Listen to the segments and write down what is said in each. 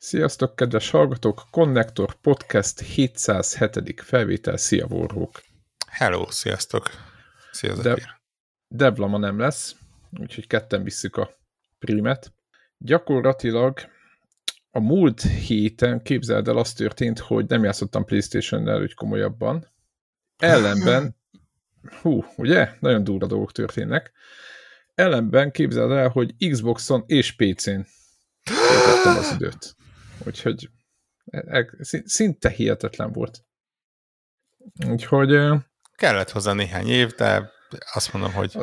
Sziasztok, kedves hallgatók! Connector Podcast 707. felvétel. Szia, Vorrók! Hello, sziasztok! Szia, Zephyr! Devla ma nem lesz, úgyhogy ketten visszük a primet. Gyakorlatilag a múlt héten, képzeld el, az történt, hogy nem játszottam PlayStation-nel úgy komolyabban. Ellenben, ugye? Nagyon durva dolgok történnek. Ellenben képzeld el, hogy Xboxon és PC-n töltöttem az időt. Úgyhogy szinte hihetetlen volt. Úgyhogy... Kellett hozzá néhány év, de azt mondom, hogy...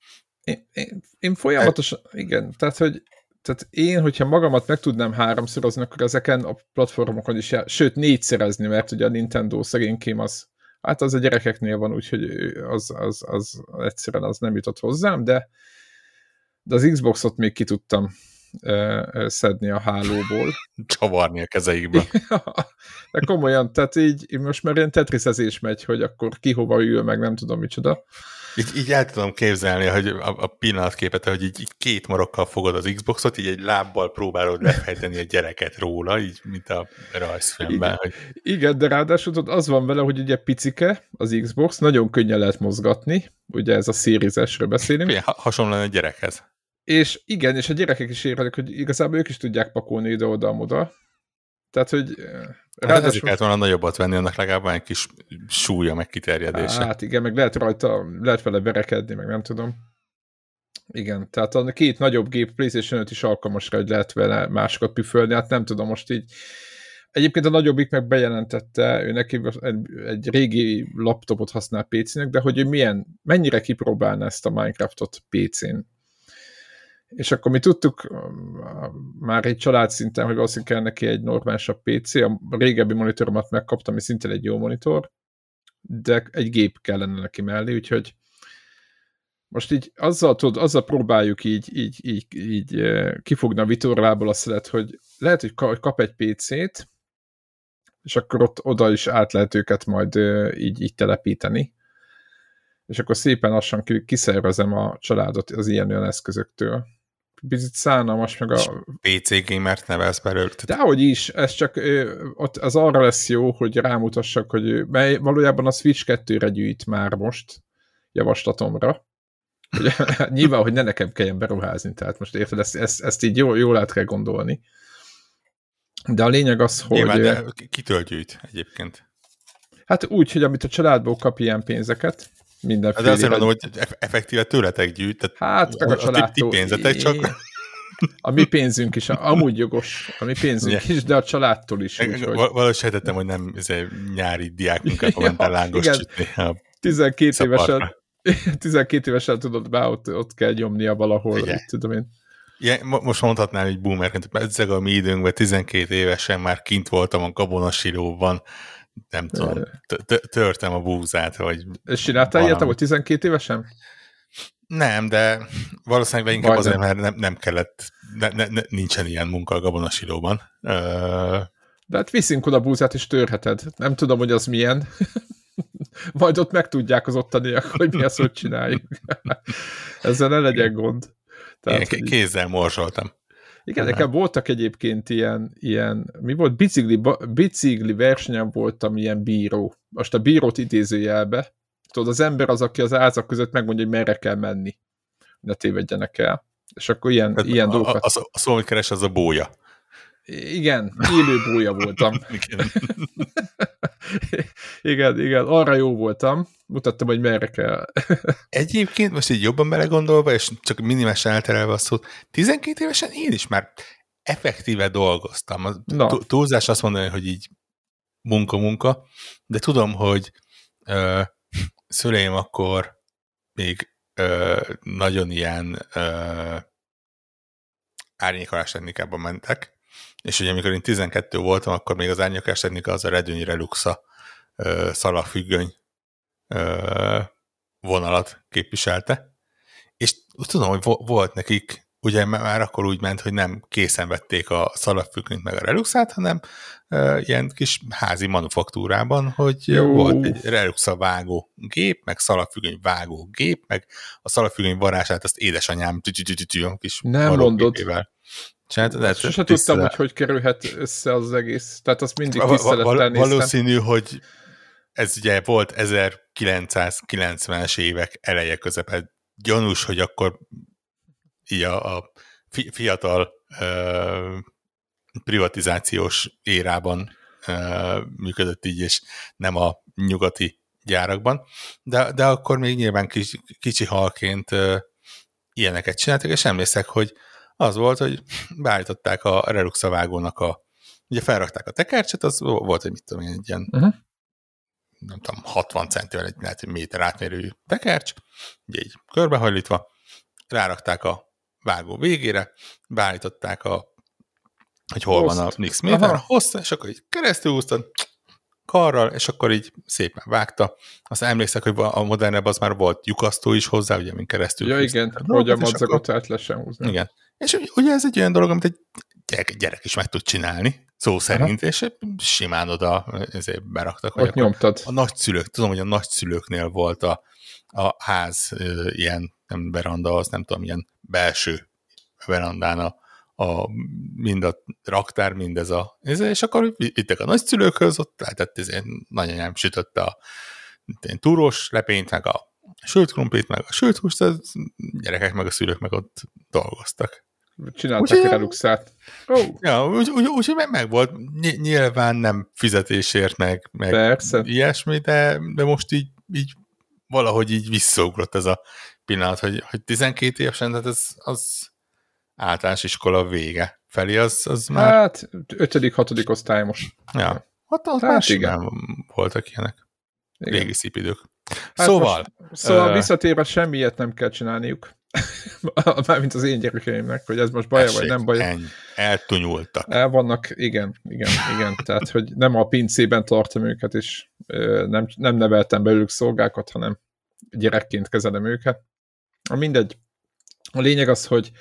Én folyamatosan... Igen, tehát én, hogyha magamat meg tudnám háromszorozni, akkor ezeken a platformokon is sőt, négyszerezni, mert ugye a Nintendo szegénykém az a gyerekeknél van, úgyhogy az egyszerűen az nem jutott hozzám, de az Xboxot még ki tudtam szedni a hálóból. Csavarni a kezeikbe. De komolyan, tehát így most már ilyen tetrizezés megy, hogy akkor ki hova ül, meg nem tudom micsoda. Így el tudom képzelni, hogy a pillanatképet, hogy így két marokkal fogod az Xboxot, így egy lábbal próbálod lefejteni a gyereket róla, így mint a rajzfilmben. Igen, de ráadásul az van vele, hogy ugye picike az Xbox, nagyon könnyen lehet mozgatni, ugye ez a Series S-ről beszélünk. Hasonlóan a gyerekhez. És igen, és a gyerekek is érhetik, hogy igazából ők is tudják pakolni ide-oda-moda. Tehát, hogy... Ezért kellett volna nagyobbat venni, annak legalább egy kis súlya, meg kiterjedése. Hát igen, meg lehet vele verekedni, meg nem tudom. Igen, tehát a két nagyobb gép PlayStation 5 is alkalmas rá, hogy lehet vele másokat püfölni, hát nem tudom, most így... Egyébként a nagyobbik meg bejelentette, ő neki egy régi laptopot használ PC-nek, de hogy ő mennyire kipróbálna ezt a Minecraftot PC-n. És akkor mi tudtuk már egy családszinten, hogy valószínűleg kell neki egy normálisabb PC, a régebbi monitoromat megkaptam, és szintén egy jó monitor, de egy gép kellene neki mellé, úgyhogy most így azzal próbáljuk így kifogni a vitorlából a szelet, hogy lehet, hogy kap egy PC-t, és akkor ott oda is át lehet őket majd így telepíteni, és akkor szépen lassan kiszervezem a családot az ilyen eszközöktől. Bizony szánalmas, meg a... PC gamert nevelsz belőle. Dehogy is, ez csak az arra lesz jó, hogy rámutassak, hogy valójában a Switch 2-re gyűjt már most javaslatomra. Ugye, nyilván, hogy ne nekem kelljen beruházni, tehát most érted, ezt így jól át kell gondolni. De a lényeg az, hogy... Nyilván, de kitől gyűjt egyébként? Hát úgy, hogy amit a családból kap ilyen pénzeket, mindenféle. De azért mondom, hogy effektíve tőletek gyűjt, tehát hát meg a családtól. Ti pénzetek csak... A mi pénzünk is, amúgy jogos, a mi pénzünk is, de a családtól is. Valahogy sejtettem, hogy nem nyári diákmunkába ment el lángos sütni. 12 évesen tudod, bár ott kell nyomnia valahol, itt, tudom én. Ja, most mondhatnám így boomerként, hogy ezzel a mi időnkben 12 évesen már kint voltam a gabonasilóban, nem tudom, törtem a búzát, vagy... És csináltál ilyet, hogy 12 évesen? Nem, de valószínűleg inkább azért, mert nem kellett, nincsen ilyen munka a gabonasilóban. De hát viszünk oda búzát, és törheted. Nem tudom, hogy az milyen. Majd ott megtudják az ottaniak, hogy mi az, hogy csináljuk. Ezzel ne legyen gond. Tehát, kézzel morzsoltam. Igen, nekem voltak egyébként ilyen mi volt? Bicikli versenyen voltam ilyen bíró. Most a bírót idézőjelbe. Tudod, az ember az, aki az ázak között megmondja, hogy merre kell menni. Ne tévedjenek el. És akkor ilyen dolgokat... A szó, amit keres, az a bója. Igen, élő bója voltam. igen, arra jó voltam. Mutattam, hogy merre kell. Egyébként most így jobban belegondolva, és csak minimálisan elterelve a szót, 12 évesen én is már effektíve dolgoztam. Túlzás azt mondani, hogy így munka, de tudom, hogy szüleim akkor még nagyon ilyen árnyékolás technikában mentek, és ugye amikor én 12 voltam, akkor még az árnyékolás technika az a Redőny Reluxa szalagfüggöny vonalat képviselte, és tudom, hogy volt nekik, ugye már akkor úgy ment, hogy nem készen vették a szalagfüggönyt meg a Reluxát, hanem ilyen kis házi manufaktúrában, hogy volt egy Reluxa vágó gép, meg szalagfüggöny vágó gép, meg a szalagfüggöny varázsát azt édesanyám kis nem mondod. csináltad? Sose tudtam, hogy kerülhet össze az egész. Tehát azt mindig tisztelettel néztem. Valószínű, hogy ez ugye volt 1990-es évek eleje közepe. Gyanús, hogy akkor így a fiatal privatizációs érában működött így, és nem a nyugati gyárakban. De akkor még nyilván kicsi halként ilyeneket csináltak, és emlékszek, hogy az volt, hogy beállították a Relux vágónak ugye felrakták a tekercset, az volt, hogy mit tudom én, egy ilyen nem tudom, 60 centivel, lehet, hogy méter átmérőjű tekercs, ugye így körbehajlítva, rárakták a vágó végére, beállították hogy hol van a Nix méter, hossza, és akkor így keresztül húztad karral, és akkor így szépen vágta. Aztán emlékszek, hogy a modernebb az már volt lyukasztó is hozzá, ugye, mint keresztül. Ja, igen, hogy a madzagot át lesen húzni. Igen. És ugye ez egy olyan dolog, amit egy gyerek is meg tud csinálni, szó szerint, és simán oda ezért beraktak. Ott nyomtad. A nagyszülők, tudom, hogy a nagyszülőknél volt a ház ilyen, nem veranda, az nem tudom, ilyen belső verandán mind a raktár, mindez és akkor vittek a nagyszülőkhöz, ott lehetett nagyanyám sütötte a túrós lepényt, meg a sült krumplit, meg a sült húst, a gyerekek meg a szülők meg ott dolgoztak. Csinálták a Reluxát. Ja, úgyhogy meg volt. Nyilván nem fizetésért, meg ilyesmi, de most így valahogy így visszaugrott ez a pillanat, hogy 12 évesen, tehát az általános iskola vége felé, az már... Hát, 5.-6. osztály most. Ja, ott már simán voltak ilyenek. Igen. Régi szép idők. Hát szóval visszatérve semmi ilyet nem kell csinálniuk. Mármint az én gyerekeimnek, hogy ez most baj vagy nem baj. Eltunyultak. Vannak, igen. Tehát, hogy nem a pincében tartom őket, és nem neveltem belőlük szolgákat, hanem gyerekként kezelem őket. Mindegy. A lényeg az, hogy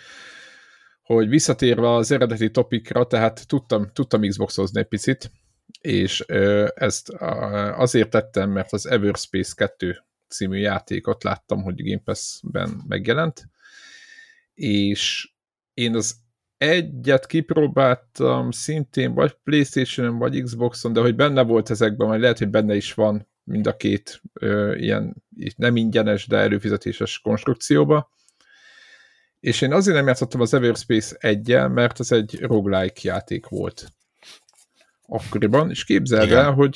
visszatérve az eredeti topikra, tehát tudtam Xboxozni egy picit, és ezt azért tettem, mert az Everspace 2 című játékot láttam, hogy Game Pass-ben megjelent, és én az egyet kipróbáltam szintén, vagy PlayStation-on, vagy Xboxon, de hogy benne volt ezekben, majd lehet, hogy benne is van mind a két ilyen nem ingyenes, de előfizetéses konstrukcióba. És én azért nem játszottam az Everspace 1-jel, mert ez egy roguelike játék volt akkoriban, és képzeld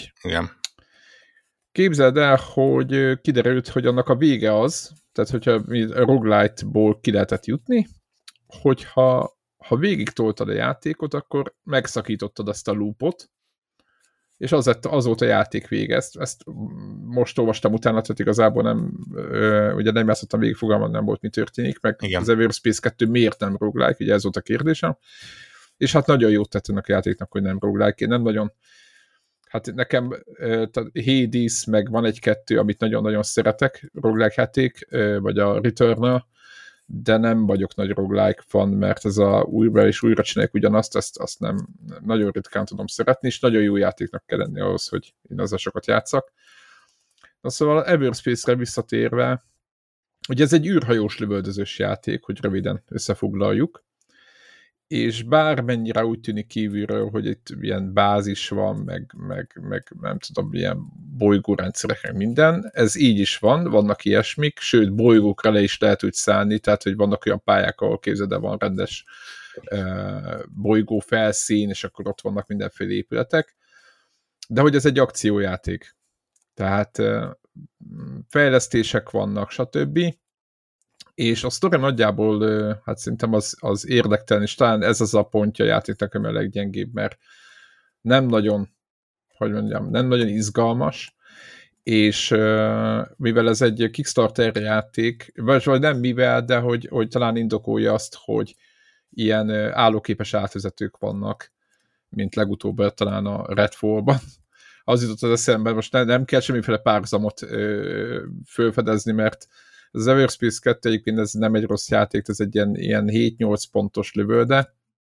el, hogy kiderült, hogy annak a vége az, tehát hogyha a roguelite-ból ki lehetett jutni, hogyha végig toltad a játékot, akkor megszakítottad azt a loopot, és az volt a játék vége. Ezt most olvastam utána, tehát igazából ugye nem játszottam végig, fogalmam nem volt, mi történik, meg igen. Az Everspace 2 miért nem roguelike, ugye ez volt a kérdésem. És hát nagyon jót tett ennek a játéknak, hogy nem roguelike. Én nem nagyon, hát nekem Hades, meg van egy-kettő, amit nagyon-nagyon szeretek, roguelike játék, vagy a Returnal, de nem vagyok nagy roguelike fan, mert ez újra és újra csinálják ugyanazt, azt nem nagyon ritkán tudom szeretni, és nagyon jó játéknak kell lenni ahhoz, hogy én azzal sokat játszak. Na szóval Everspace-re visszatérve, ugye ez egy űrhajós lövöldözős játék, hogy röviden összefoglaljuk, és bármennyire úgy tűnik kívülről, hogy itt ilyen bázis van, meg nem tudom, ilyen bolygórendszerek, minden, ez így is vannak ilyesmik, sőt, bolygókra le is lehet úgy szállni, tehát, hogy vannak olyan pályák, ahol képzeld, de van rendes bolygó felszín, és akkor ott vannak mindenféle épületek, de hogy ez egy akciójáték. Tehát fejlesztések vannak, stb., és a sztori nagyjából, hát szerintem az érdektelen, és talán ez az a pontja a játéknak, ami a leggyengébb, mert nem nagyon izgalmas, és mivel ez egy Kickstarter játék, vagy nem mivel, de hogy talán indokolja azt, hogy ilyen állóképes átvezetők vannak, mint legutóbb talán a Redfall-ban. Az jutott az eszembe, most nem kell semmiféle párhuzamot felfedezni, mert az Everspace 2 egyébként ez nem egy rossz játék, ez egy ilyen 7-8 pontos lövölde,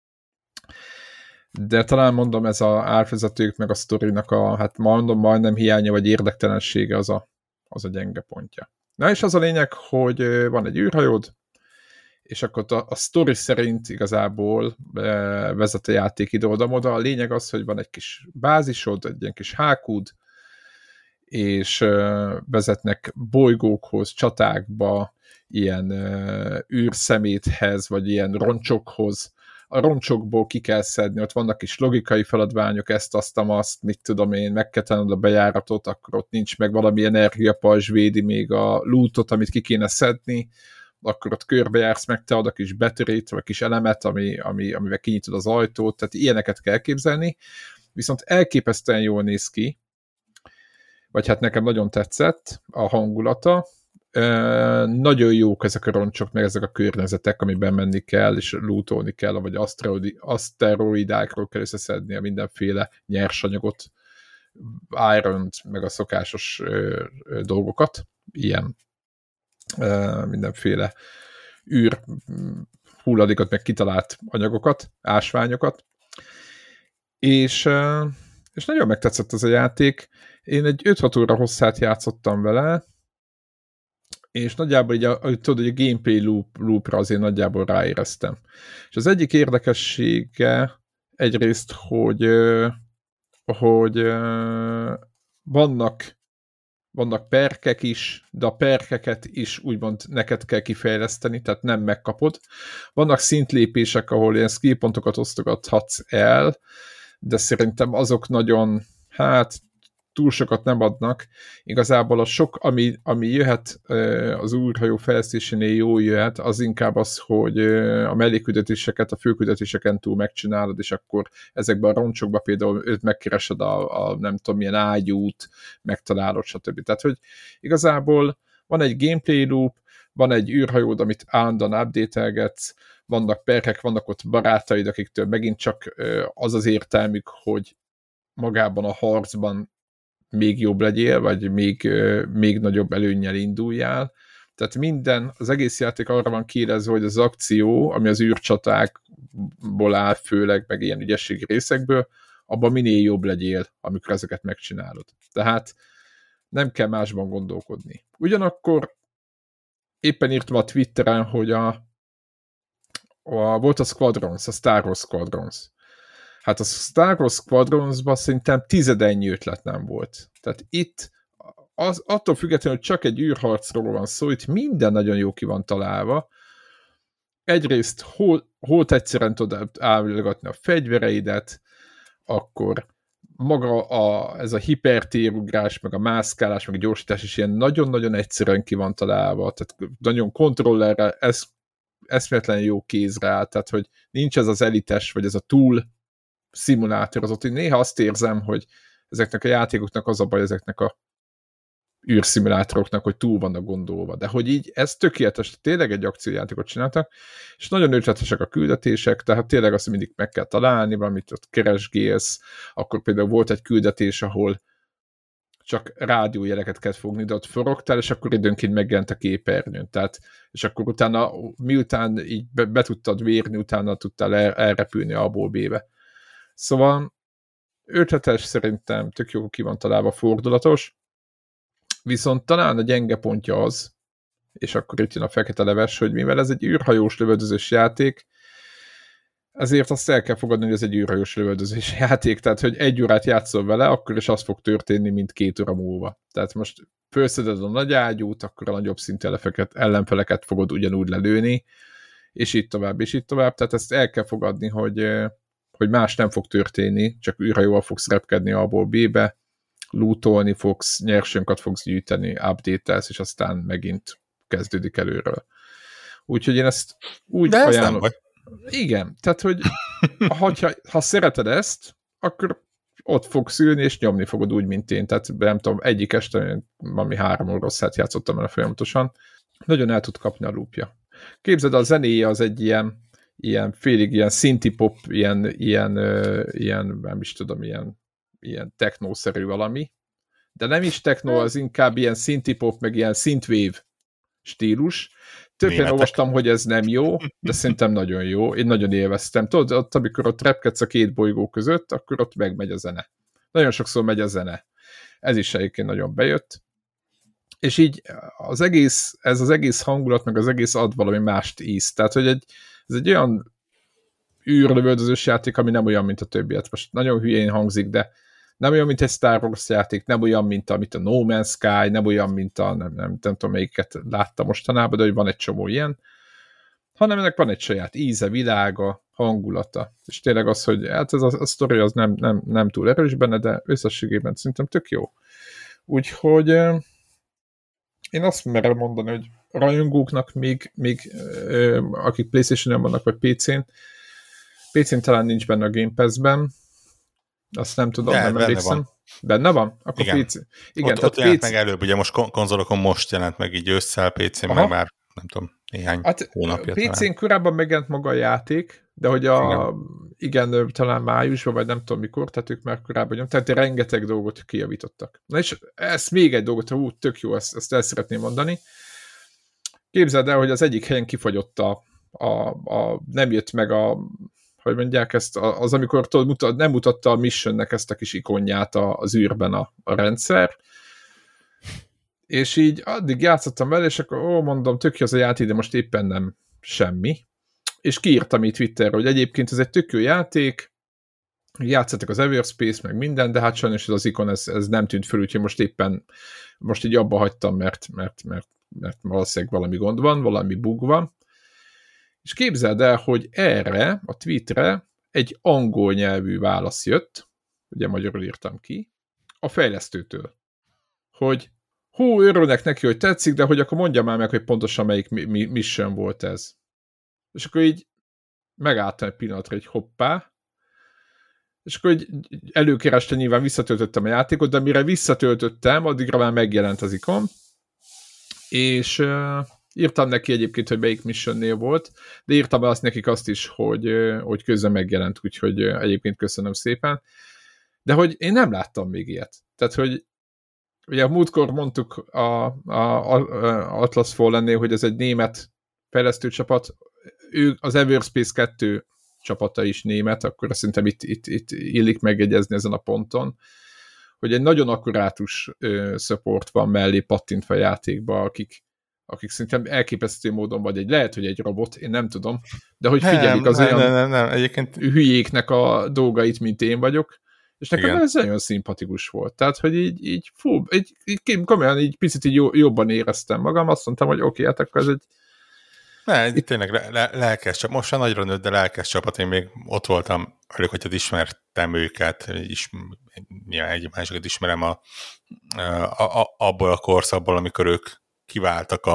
de talán mondom, ez az árvezetők meg a sztorinak hát majdnem hiánya vagy érdektelensége az a gyenge pontja. Na és az a lényeg, hogy van egy űrhajód, és akkor a sztori szerint igazából vezet a játék ide-oda. A lényeg az, hogy van egy kis bázisod, egy ilyen kis hákúd, és vezetnek bolygókhoz, csatákba, ilyen űrszeméthez, vagy ilyen roncsokhoz. A roncsokból ki kell szedni, ott vannak is logikai feladványok, azt, mit tudom én, meg kell tenned a bejáratot, akkor ott nincs meg valami energiapajzs védi még a lootot, amit ki kéne szedni, akkor ott körbejársz, meg te ad a kis betörét, vagy kis elemet, amivel kinyitod az ajtót, tehát ilyeneket kell képzelni, viszont elképesztően jól néz ki, vagy hát nekem nagyon tetszett a hangulata, nagyon jók ezek a roncsok, meg ezek a környezetek, amiben menni kell, és lootolni kell, vagy aszteroidákról kell összeszedni a mindenféle nyersanyagot, iront, meg a szokásos dolgokat, ilyen mindenféle űr hulladékot, meg kitalált anyagokat, ásványokat, és nagyon megtetszett ez a játék. Én egy 5-6 óra hosszát játszottam vele, és nagyjából így tudod, hogy a gameplay loopra azért nagyjából ráéreztem. És az egyik érdekessége egyrészt, hogy vannak perkek is, de a perkeket is úgymond neked kell kifejleszteni, tehát nem megkapod. Vannak szintlépések, ahol ilyen skillpontokat osztogathatsz el, de szerintem azok nagyon, túl sokat nem adnak. Igazából a sok, ami jöhet az űrhajó fejlesztésénél jól jöhet, az inkább az, hogy a mellékküldetéseket a főküldetéseken túl megcsinálod, és akkor ezekben a roncsokban például őt megkeresed a nem tudom milyen ágyút, megtalálod, stb. Tehát, hogy igazából van egy gameplay loop, van egy űrhajód, amit állandóan update-elgetsz, vannak perkek, vannak ott barátaid, akiktől megint csak az értelmük, hogy magában a harcban még jobb legyél, vagy még nagyobb előnnyel induljál. Tehát az egész játék arra van kiélezve, hogy az akció, ami az űrcsatákból áll főleg, meg ilyen ügyességi részekből, abban minél jobb legyél, amikor ezeket megcsinálod. Tehát nem kell másban gondolkodni. Ugyanakkor éppen írtam a Twitteren, hogy volt a Squadrons, a Star Wars Squadrons. Hát a Star Wars Squadronsban szerintem 10 ennyi ötlet nem volt. Tehát itt attól függetlenül, hogy csak egy űrharcról van szó, itt minden nagyon jó ki van találva. Egyrészt hol egyszerűen tudod állítgatni a fegyvereidet, akkor maga ez a hipertérugrás, meg a mászkálás, meg a gyorsítás is ilyen nagyon-nagyon egyszerűen ki van találva. Tehát nagyon kontrollerrel, eszméletlen jó kézre áll, tehát hogy nincs ez az elites, vagy ez a túl szimulátor, az ott néha azt érzem, hogy ezeknek a játékoknak az a baj, ezeknek a űrszimulátoroknak, hogy túl vannak gondolva. De hogy így ez tökéletes, tényleg egy akciójátékot csináltak, és nagyon ötletesek a küldetések, tehát tényleg azt mindig meg kell találni, valamit ott keresgélsz, akkor például volt egy küldetés, ahol csak rádiójeleket kellett fogni, de ott forogtál, és akkor időnként megjelent a képernyőn. Tehát, és akkor utána, miután így be tudtad vérni, utána tudtál elrepülni A-ból B-be. Szóval ötletes, szerintem tök jó ki van találva, fordulatos, viszont talán a gyenge pontja az, és akkor itt jön a fekete leves, hogy mivel ez egy űrhajós lövöldözős játék, ezért azt el kell fogadni, hogy ez egy űrhajós lövöldözős játék, tehát hogy 1 órát játszol vele, akkor is az fog történni, mint 2 óra múlva. Tehát most felszeded a nagy ágyút, akkor a nagyobb szintű ellenfeleket fogod ugyanúgy lelőni, és így tovább, és így tovább. Tehát ezt el kell fogadni, hogy más nem fog történni, csak űrhajóval fogsz repkedni A-ból B-be, lootolni fogsz, nyersanyagot fogsz gyűjteni, update-elsz, és aztán megint kezdődik előről. Úgyhogy én ezt úgy de ajánlom. Nem vagy. Igen, tehát, hogy ha szereted ezt, akkor ott fogsz ülni, és nyomni fogod úgy, mint én. Tehát nem tudom, egyik este valami 3 órosszát játszottam el folyamatosan. Nagyon el tud kapni a loopja. Képzeld, a zenéje az egy ilyen félig ilyen synthie-pop, ilyen nem is tudom, ilyen technószerű valami, de nem is techno, az inkább ilyen synthie-pop, meg ilyen synthwave stílus. Többen olvastam, hogy ez nem jó, de szerintem nagyon jó. Én nagyon élveztem. Tudod, ott, amikor ott repkedsz a 2 bolygó között, akkor ott megmegy a zene. Nagyon sokszor megy a zene. Ez is egyébként nagyon bejött. És így ez az egész hangulat, meg az egész ad valami mást íz. Tehát, hogy ez egy olyan űrlövöldözős játék, ami nem olyan, mint a többiet. Most nagyon hülyén hangzik, de nem olyan, mint egy Star Wars játék, nem olyan, mint a No Man's Sky, nem olyan, mint a nem tudom, melyiket láttam mostanában, de hogy van egy csomó ilyen, hanem ennek van egy saját íze, világa, hangulata. És tényleg az, hogy hát ez a sztori az nem túl erős benne, de összességében szerintem tök jó. Úgyhogy én azt merem mondani, hogy rajongóknak még akik PlayStation-on vannak, vagy PC-n talán nincs benne a Game Pass-ben, azt nem tudom, nem emlékszem. Benne van? Akkor igen. PC. Igen, ott jelent meg előbb, ugye most konzolokon most jelent meg így ősszel, PC-n meg már nem tudom, néhány hónapja. PC-n korábban megjelent maga a játék, de hogy igen, talán májusban, vagy nem tudom mikor, tehát ők már korábban tehát rengeteg dolgot kijavítottak. Na és ez még egy dolgot, tök jó, ezt el szeretném mondani. Képzeld el, hogy az egyik helyen kifagyott nem jött meg hogy mondják ezt, az amikor nem mutatta a missionnek ezt a kis ikonját az űrben a rendszer, és így addig játszottam vele, és akkor mondom, tök jó az a játék, de most éppen nem semmi. És kiírtam így Twitterre, hogy egyébként ez egy tök jó játék, játszatok az Everspace, meg minden, de hát sajnos az ikon ez nem tűnt föl, úgyhogy most így abba hagytam, mert valószínűleg valami gond van, valami bug van. És képzeld el, hogy erre, a tweetre egy angol nyelvű válasz jött, ugye magyarul írtam ki, a fejlesztőtől, hogy örülnek neki, hogy tetszik, de hogy akkor mondja már meg, hogy pontosan melyik mission volt ez. És akkor így megálltam egy pillanatra, egy hoppá, és akkor így előkereste, nyilván visszatöltöttem a játékot, de mire visszatöltöttem, addigra már megjelent az ikon, és írtam neki egyébként, hogy melyik missionnél volt, de írtam be nekik azt is, hogy közben megjelent, úgyhogy egyébként köszönöm szépen. De hogy én nem láttam még ilyet. Tehát, hogy ugye a múltkor mondtuk a Atlas Fallennél, hogy ez egy német fejlesztőcsapat, az Everspace 2 csapata is német, akkor szerintem itt illik megegyezni ezen a ponton, hogy egy nagyon akkurátus support van mellé pattintva a játékba, akik szerintem elképesztő módon lehet, hogy egy robot, én nem tudom, de hogy figyelik az olyan egyébként hülyéknek a dolgait, mint én vagyok, és nekem igen. Ez nagyon szimpatikus volt. Tehát, hogy így komolyan így picit így jobban éreztem magam, azt mondtam, hogy oké, hát akkor ez egy... tényleg lelkes csapat, most már nagyra nőtt, de lelkes csapat, én még ott voltam, örülök, hogy ismertem őket, egy másokat ismerem abból a korszakból, amikor ők kiváltak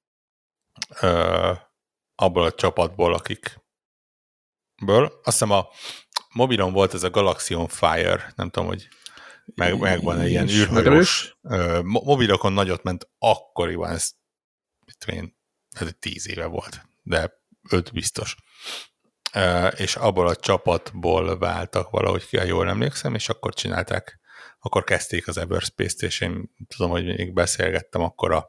abból a csapatból, akikből. Azt hiszem a mobilon volt ez a Galaxy on Fire, nem tudom, hogy megvan egy ilyen űrhajós. Mobilokon nagyot ment akkoriban, ez 10 éve volt, de 5 biztos. És abból a csapatból váltak valahogy ki, ha jól emlékszem, és akkor kezdték az Everspace-t, és én tudom, hogy még beszélgettem akkor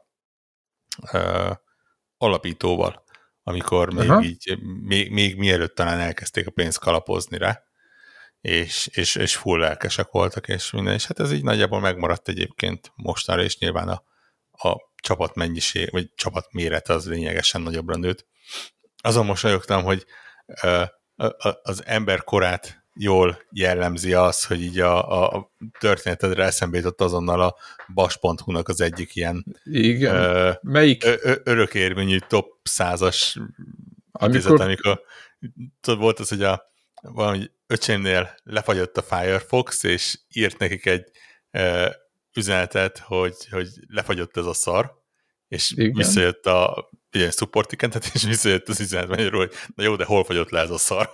alapítóval, amikor még mielőtt talán elkezdték a pénzt kalapozni rá, és full lelkesek voltak, és minden, és hát ez így nagyjából megmaradt egyébként mostanra, és nyilván a csapat mennyiség, vagy csapat méret az lényegesen nagyobbra nőtt. Azon mosolyogtam, hogy az ember korát jól jellemzi az, hogy így a történetedre eszembe jutott azonnal a Bas.hu-nak az egyik ilyen melyik? Örökérvényű top 100-as amikor volt az, hogy valami öcsémnél lefagyott a Firefox, és írt nekik egy üzenetet, hogy lefagyott ez a szar, és visszajött a support ticket, és visszajött az üzenet magyarul, hogy na jó, de hol fagyott le ez a szar?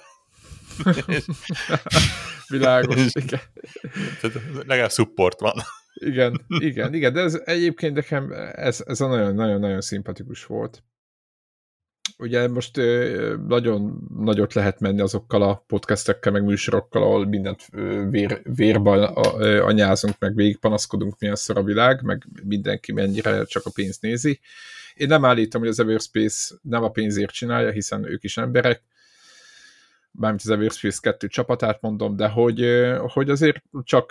Világos, igen. Legalább support van. Igen, de ez egyébként nekem ez a nagyon-nagyon szimpatikus volt. Ugye most nagyon nagyot lehet menni azokkal a podcastekkel, meg műsorokkal, ahol mindent vérben anyázunk, meg végigpanaszkodunk, milyen szar a világ, meg mindenki mennyire csak a pénzt nézi. Én nem állítom, hogy az Everspace nem a pénzért csinálja, hiszen ők is emberek, bármint az Everspace 2 csapatát mondom, de hogy azért csak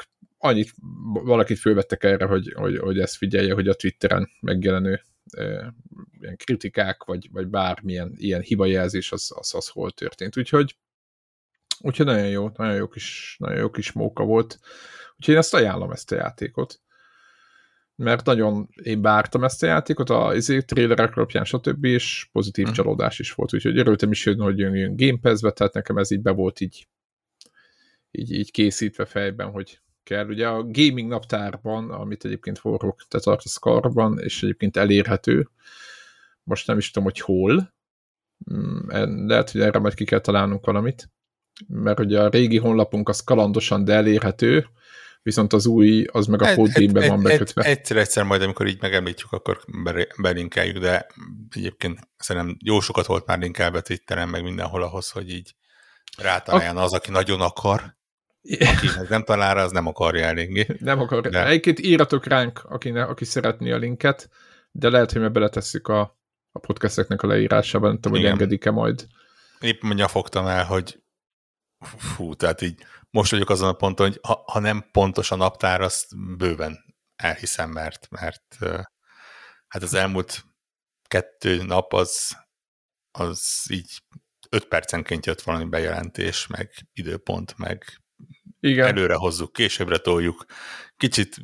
annyit valakit fölvettek erre, hogy ezt figyelje, hogy a Twitteren megjelenő ilyen kritikák, vagy bármilyen ilyen hibajelzés, az hol történt. Úgyhogy nagyon jó kis móka volt. Úgyhogy én ezt ajánlom, ezt a játékot. Mert nagyon én vártam ezt a játékot, a trailerek alapján, stb. És pozitív csalódás is volt. Úgyhogy örültem is, hogy jön Game Pass-be, tehát nekem ez így be volt így készítve fejben, hogy kell. Ugye a gaming naptárban, amit egyébként forrok, te tartasz karban, és egyébként elérhető, most nem is tudom, hogy hol, lehet, hogy erre majd ki kell találnunk valamit, mert ugye a régi honlapunk az kalandosan, de elérhető, viszont az új, az meg a Podbeanbe van bekötve. Egyszer majd, amikor így megemlítjük, akkor belinkeljük, de egyébként szerintem jó sokat volt már linkelve Twitteren, meg mindenhol ahhoz, hogy így rátaláljon az, aki nagyon akar. Aki nem talál rá, az nem akarja eléggé. Nem akarja. De... Egyébként írjatok ránk, aki szeretné a linket, de lehet, hogy meg beletesszük a podcasteknek a leírásában, nem tudom, hogy engedik-e majd. Épp mondja, fogtam el, hogy tehát így most vagyok azon a ponton, hogy ha nem pontos a naptár, azt bőven elhiszem, mert hát az elmúlt 2 nap az így 5 percenként jött valami bejelentés, meg időpont, meg igen. Előre hozzuk, későbbre toljuk, kicsit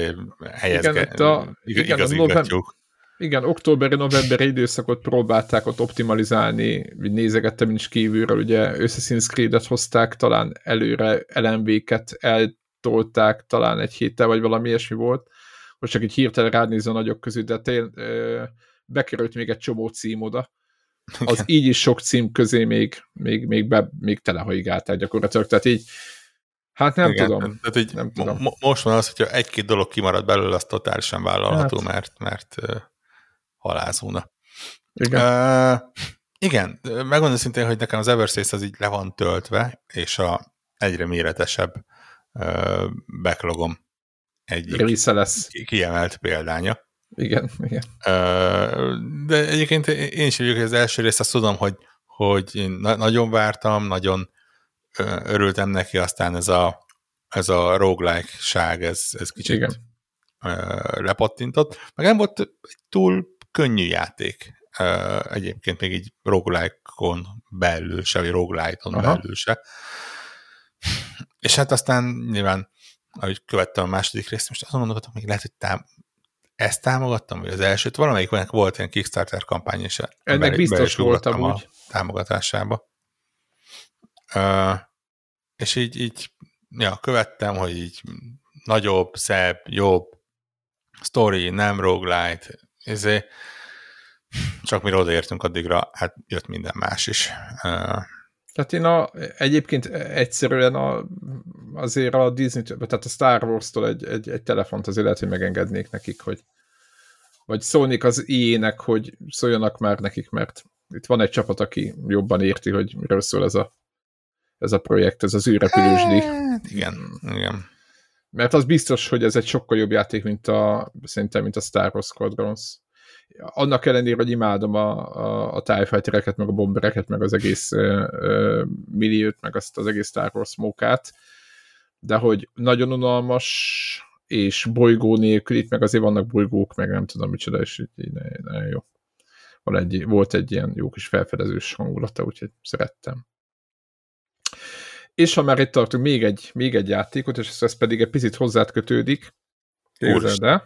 igazgatjuk. Igen, októberi-novemberi időszakot próbálták ott optimalizálni, nézegettem is kívülről, ugye Assassin's Creed-et hozták, talán előre LMV-ket eltolták, talán egy héttel, vagy valami ilyesmi volt. Most csak így hirtelen ránézve a nagyok közül, de bekerült még egy csomó cím oda. Az igen. Így is sok cím közé még telehajigálták gyakorlatilag, tehát így hát nem igen, tudom. Tehát így nem tudom. Most van az, hogyha 1-2 dolog kimarad belőle, az totálisan vállalható, hát. mert halázóna. Igen. Igen, megmondom szintén, hogy nekem az Everspace az így le van töltve, és a egyre méretesebb backlogom egyik kiemelt példánya. Igen. De egyébként én is vagyok, hogy az első részt azt tudom, hogy én nagyon vártam, örültem neki, aztán ez a roguelike-ság, ez kicsit igen. Lepattintott. Meg nem volt egy túl könnyű játék. Egyébként még így roguelike-on belül se, vagy roguelite-on belül se. És hát aztán nyilván, ahogy követtem a második részt, most azon gondolkodtam, még lehet, hogy ezt támogattam, vagy az elsőt, valamelyiknek volt ilyen Kickstarter kampány, és ennek biztos voltam úgy. A támogatásába. És így követtem, hogy így nagyobb, szebb, jobb sztori, nem roguelite, csak mire odaértünk addigra, hát jött minden más is. Tehát én egyébként egyszerűen azért a Disney-től, tehát a Star Wars-tól egy telefont azért lehet, hogy megengednék nekik, vagy szólnék az EA-nek, hogy szóljanak már nekik, mert itt van egy csapat, aki jobban érti, hogy miről szól ez a projekt, ez az űrrepülősdi. Igen. Mert az biztos, hogy ez egy sokkal jobb játék, szerintem, mint a Star Wars Squadrons. Annak ellenére, hogy imádom a TIE Fightereket, meg a bombereket, meg az egész milliót, meg azt az egész Star Wars mókát, de hogy nagyon unalmas, és bolygó nélkül, itt meg azért vannak bolygók, meg nem tudom micsoda, és így nagyon jó. Volt egy ilyen jó kis felfedezős hangulata, úgyhogy szerettem. És ha már itt tartunk, még egy játékot, és ez pedig egy picit hozzád kötődik. De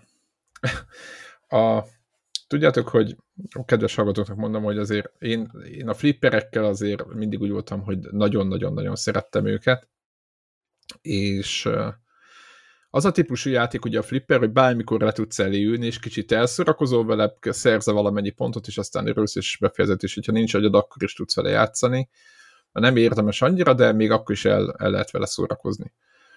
tudjátok, hogy a kedves hallgatóknak mondom, hogy azért én a flipperekkel azért mindig úgy voltam, hogy nagyon-nagyon-nagyon szerettem őket, és az a típusú játék, ugye a flipper, hogy bármikor le tudsz elé ülni, és kicsit elszorakozol vele, szerze valamennyi pontot, és aztán örülsz, és befejezed, és hogyha nincs agyad, akkor is tudsz vele játszani. Nem érdemes annyira, de még akkor is el lehet vele szórakozni.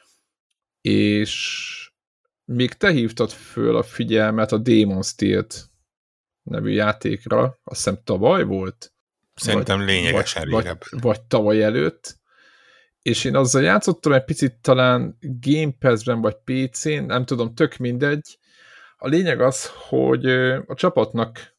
És még te hívtad föl a figyelmet a Demon's Tales nevű játékra, azt hiszem tavaly volt? Szerintem lényegesen régebb. Vagy tavaly előtt. És én azzal játszottam egy picit talán Game Pass-ben, vagy PC-n, nem tudom, tök mindegy. A lényeg az, hogy a csapatnak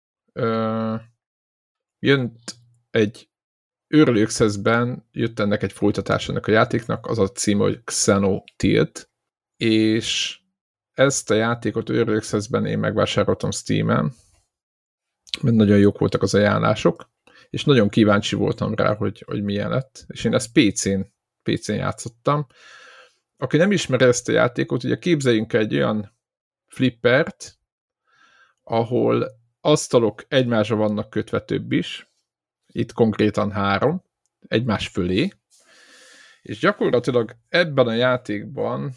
jött egy Early Access-ben jött ennek egy folytatásának a játéknak, az a cím, hogy Xenotalt, és ezt a játékot Early Access-ben én megvásároltam Steam-en, mert nagyon jók voltak az ajánlások, és nagyon kíváncsi voltam rá, hogy milyen lett. És én ezt PC-n játszottam. Aki nem ismeri ezt a játékot, ugye képzeljünk egy olyan flippert, ahol asztalok egymásra vannak kötve több is, itt konkrétan 3, egymás fölé, és gyakorlatilag ebben a játékban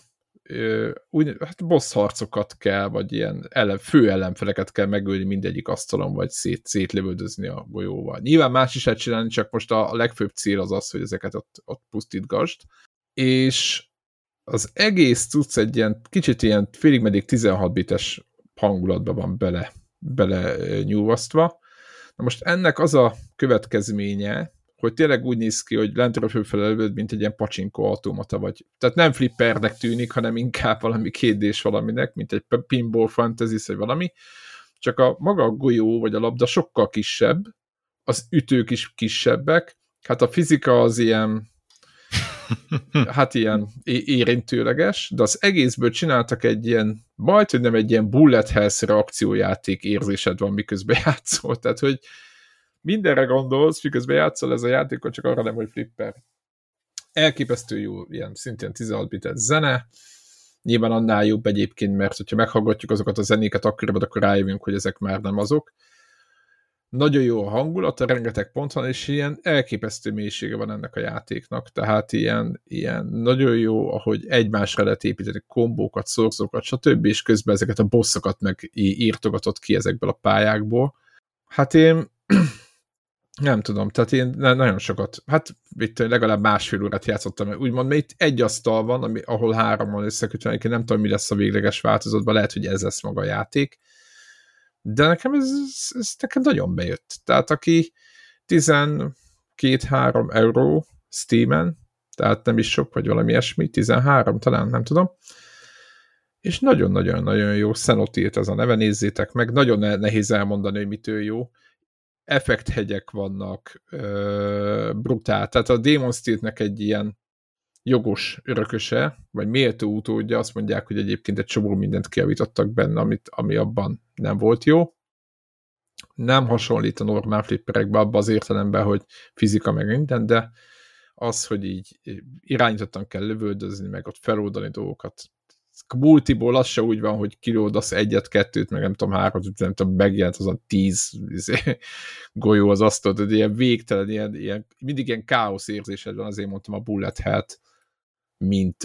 hát boss harcokat kell, vagy ilyen fő ellenfeleket kell megölni mindegyik asztalon, vagy szétlövöldözni a golyóval. Nyilván más is lehet csinálni, csak most a legfőbb cél az, hogy ezeket ott pusztítgasd. És az egész cucc egy ilyen kicsit ilyen félig meddig 16 bites hangulatban van bele nyúvasztva. Na most ennek az a következménye, hogy tényleg úgy néz ki, hogy lentről fölfelé lövöd, mint egy ilyen pacsinkó automata vagy. Tehát nem flippernek tűnik, hanem inkább valami 2D-s valaminek, mint egy pinball fantasy vagy valami. Csak maga a golyó vagy a labda sokkal kisebb, az ütők is kisebbek, hát a fizika az ilyen hát ilyen érintőleges, de az egészből csináltak egy ilyen, majd, nem egy ilyen bullet hells reakciójáték érzésed van, miközben játszol. Tehát, hogy mindenre gondolsz, miközben játszol ez a játékot, csak arra nem, hogy flipper. Elképesztő jó, ilyen szintén 16 bites zene, nyilván annál jobb egyébként, mert hogyha meghallgatjuk azokat a zenéket, akkor rájövünk, hogy ezek már nem azok. Nagyon jó a hangulata, rengeteg pont van, és ilyen elképesztő mélysége van ennek a játéknak, tehát ilyen nagyon jó, ahogy egymásra lehet építeni kombókat, szorzókat, stb., és közben ezeket a bosszokat meg írtogatott ki ezekből a pályákból. Hát én nem tudom, tehát én nagyon sokat, hát itt legalább másfél órát játszottam, úgymond, mert itt egy asztal van, ahol 3 van összekötve, nem tudom, mi lesz a végleges változatban, lehet, hogy ez lesz maga a játék, de nekem ez nekem nagyon bejött. Tehát aki 12-3 euró Steamen, tehát nem is sok, vagy valami ilyesmi, 13 talán, nem tudom, és nagyon-nagyon-nagyon jó, Xenotilt ez a neve, nézzétek meg, nagyon nehéz elmondani, hogy mitől jó. Effekthegyek vannak, brutál, tehát a Demon Steel-nek egy ilyen jogos örököse, vagy méltó utódja, azt mondják, hogy egyébként egy csomó mindent kijavítottak benne, ami abban nem volt jó. Nem hasonlít a normál flipperekbe abba az értelemben, hogy fizika meg minden, de az, hogy így irányítottan kell lövöldözni, meg ott feloldani dolgokat. Multiból az se úgy van, hogy kilódasz 1-2, meg nem tudom 3, nem tudom, megjelent azon 10 golyó az asztal, de ilyen végtelen, ilyen, mindig ilyen káosz érzésed van, azért mondtam a bullet hellt, mint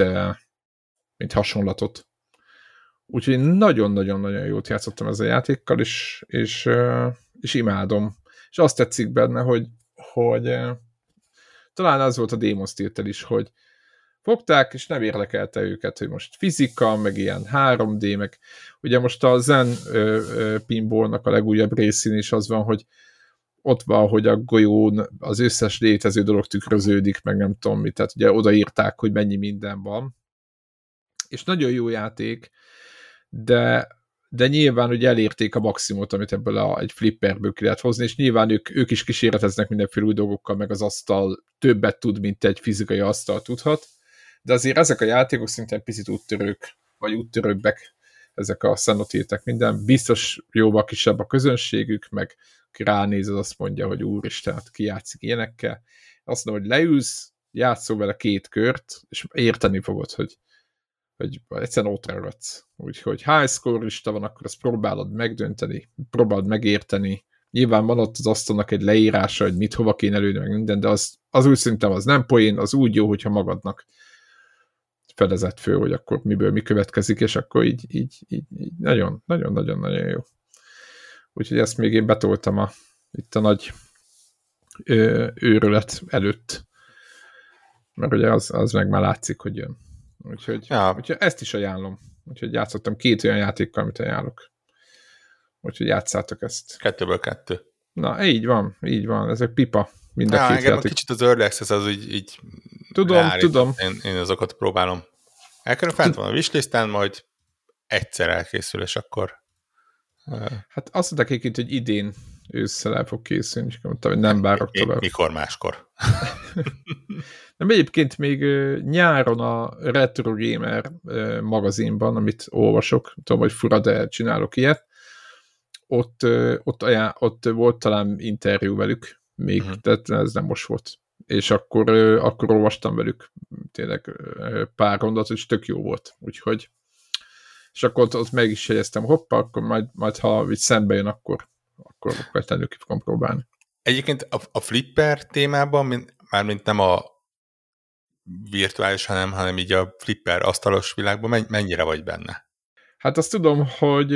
hasonlatot. Úgyhogy nagyon-nagyon-nagyon jót játszottam ezzel a játékkal, és imádom. És azt tetszik benne, hogy talán az volt a Demon Steel-tel is, hogy fogták, és nem érdekelte őket, hogy most fizika, meg ilyen 3D, meg ugye most a Zen pinballnak a legújabb részén is az van, hogy ott van, hogy a golyón az összes létező dolog tükröződik, meg nem tudom mit, tehát ugye odaírták, hogy mennyi minden van. És nagyon jó játék, de nyilván ugye elérték a maximumot, amit ebből egy flipperből ki lehet hozni, és nyilván ők is kísérleteznek mindenféle új dolgokkal, meg az asztal többet tud, mint egy fizikai asztal tudhat, de azért ezek a játékok szintén picit úttörők, vagy úttörőbbek, ezek a Xenotiltek minden, biztos jóval kisebb a közönségük, meg ki ránéz, az azt mondja, hogy úristen, hát ki játszik ilyenekkel. Azt mondom, hogy leülsz, játszol vele 2 kört, és érteni fogod, hogy egyszerűen ott ragadsz. Úgyhogy high score-lista van, akkor ezt próbálod megdönteni, próbálod megérteni. Nyilván van ott az asztalnak egy leírása, hogy mit hova kéne előni, meg minden, de az úgy szerintem az nem poén, az úgy jó, hogyha magadnak fedezett föl, hogy akkor miből mi következik, és akkor így nagyon-nagyon-nagyon jó. Úgyhogy ezt még én betoltam itt a nagy őrület előtt, mert ugye az meg már látszik, hogy jön. Úgyhogy ezt is ajánlom. Úgyhogy játszottam 2 olyan játékkal, amit ajánlok. Úgyhogy játszátok ezt. 2-ből 2. Na, így van. Ezek pipa. Mind a 2 engem játék. Kicsit az Early Access az így Tudom. Én azokat próbálom. Elkerül fent van a wishlisten, majd egyszer elkészül, és akkor... Hát azt mondták egyébként, hogy idén ősszel el fog készülni, és mondtam, hogy nem várok tovább. Mikor máskor. Nem, egyébként még nyáron a Retro Gamer magazinban, amit olvasok, tudom, hogy fura, de csinálok ilyet, ott volt talán interjú velük még, tehát ez nem most volt. És akkor olvastam velük tényleg pár rondat, és tök jó volt. Úgyhogy és akkor ott meg is jegyeztem, hoppá, akkor majd ha így szembe jön, akkor feltétlenül ki fogom próbálni. Egyébként a flipper témában, mármint nem a virtuális, hanem így a flipper asztalos világban mennyire vagy benne? Hát azt tudom, hogy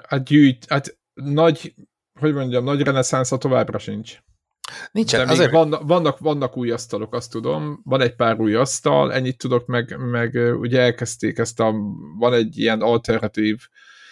nagy reneszánsza továbbra sincs. Nincsen. De azért... vannak új asztalok, azt tudom. Van egy pár új asztal, ennyit tudok, meg ugye elkezdték van egy ilyen alternatív,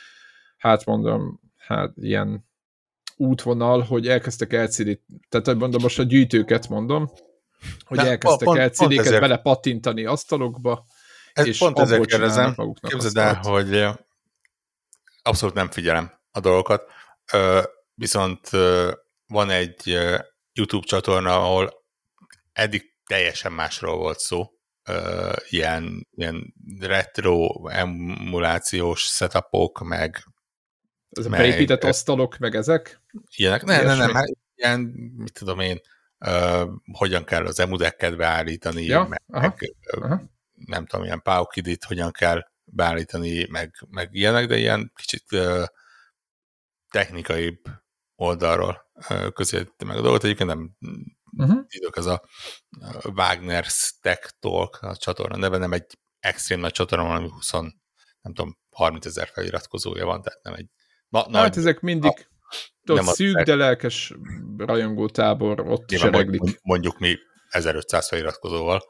ilyen útvonal, hogy elkezdtek LCD-t, tehát mondom, most a gyűjtőket mondom, hogy elkezdtek LCD-ket belepattintani asztalokba, és pont ezért kérdezem, maguknak képzeld el, hogy abszolút nem figyelem a dolgokat, viszont van egy YouTube csatorna, ahol eddig teljesen másról volt szó, ilyen retro emulációs setupok, meg beépített asztalok, meg ezek? Ilyenek? Nem, hát ilyen, mit tudom én, hogyan kell az emudekket beállítani, meg nem tudom, ilyen Paukidit hogyan kell beállítani, meg ilyenek, de ilyen kicsit technikaibb oldalról közelíti meg a dolgot. Egyébként nem tudok, ez a Wagner's Tech Talk a csatorna neve, nem egy extrém nagy csatorna, valami 30 000 feliratkozója van, tehát nem egy hát ezek mindig szűk, de lelkes rajongótábor ott sereglik. Mondjuk mi 1500 feliratkozóval.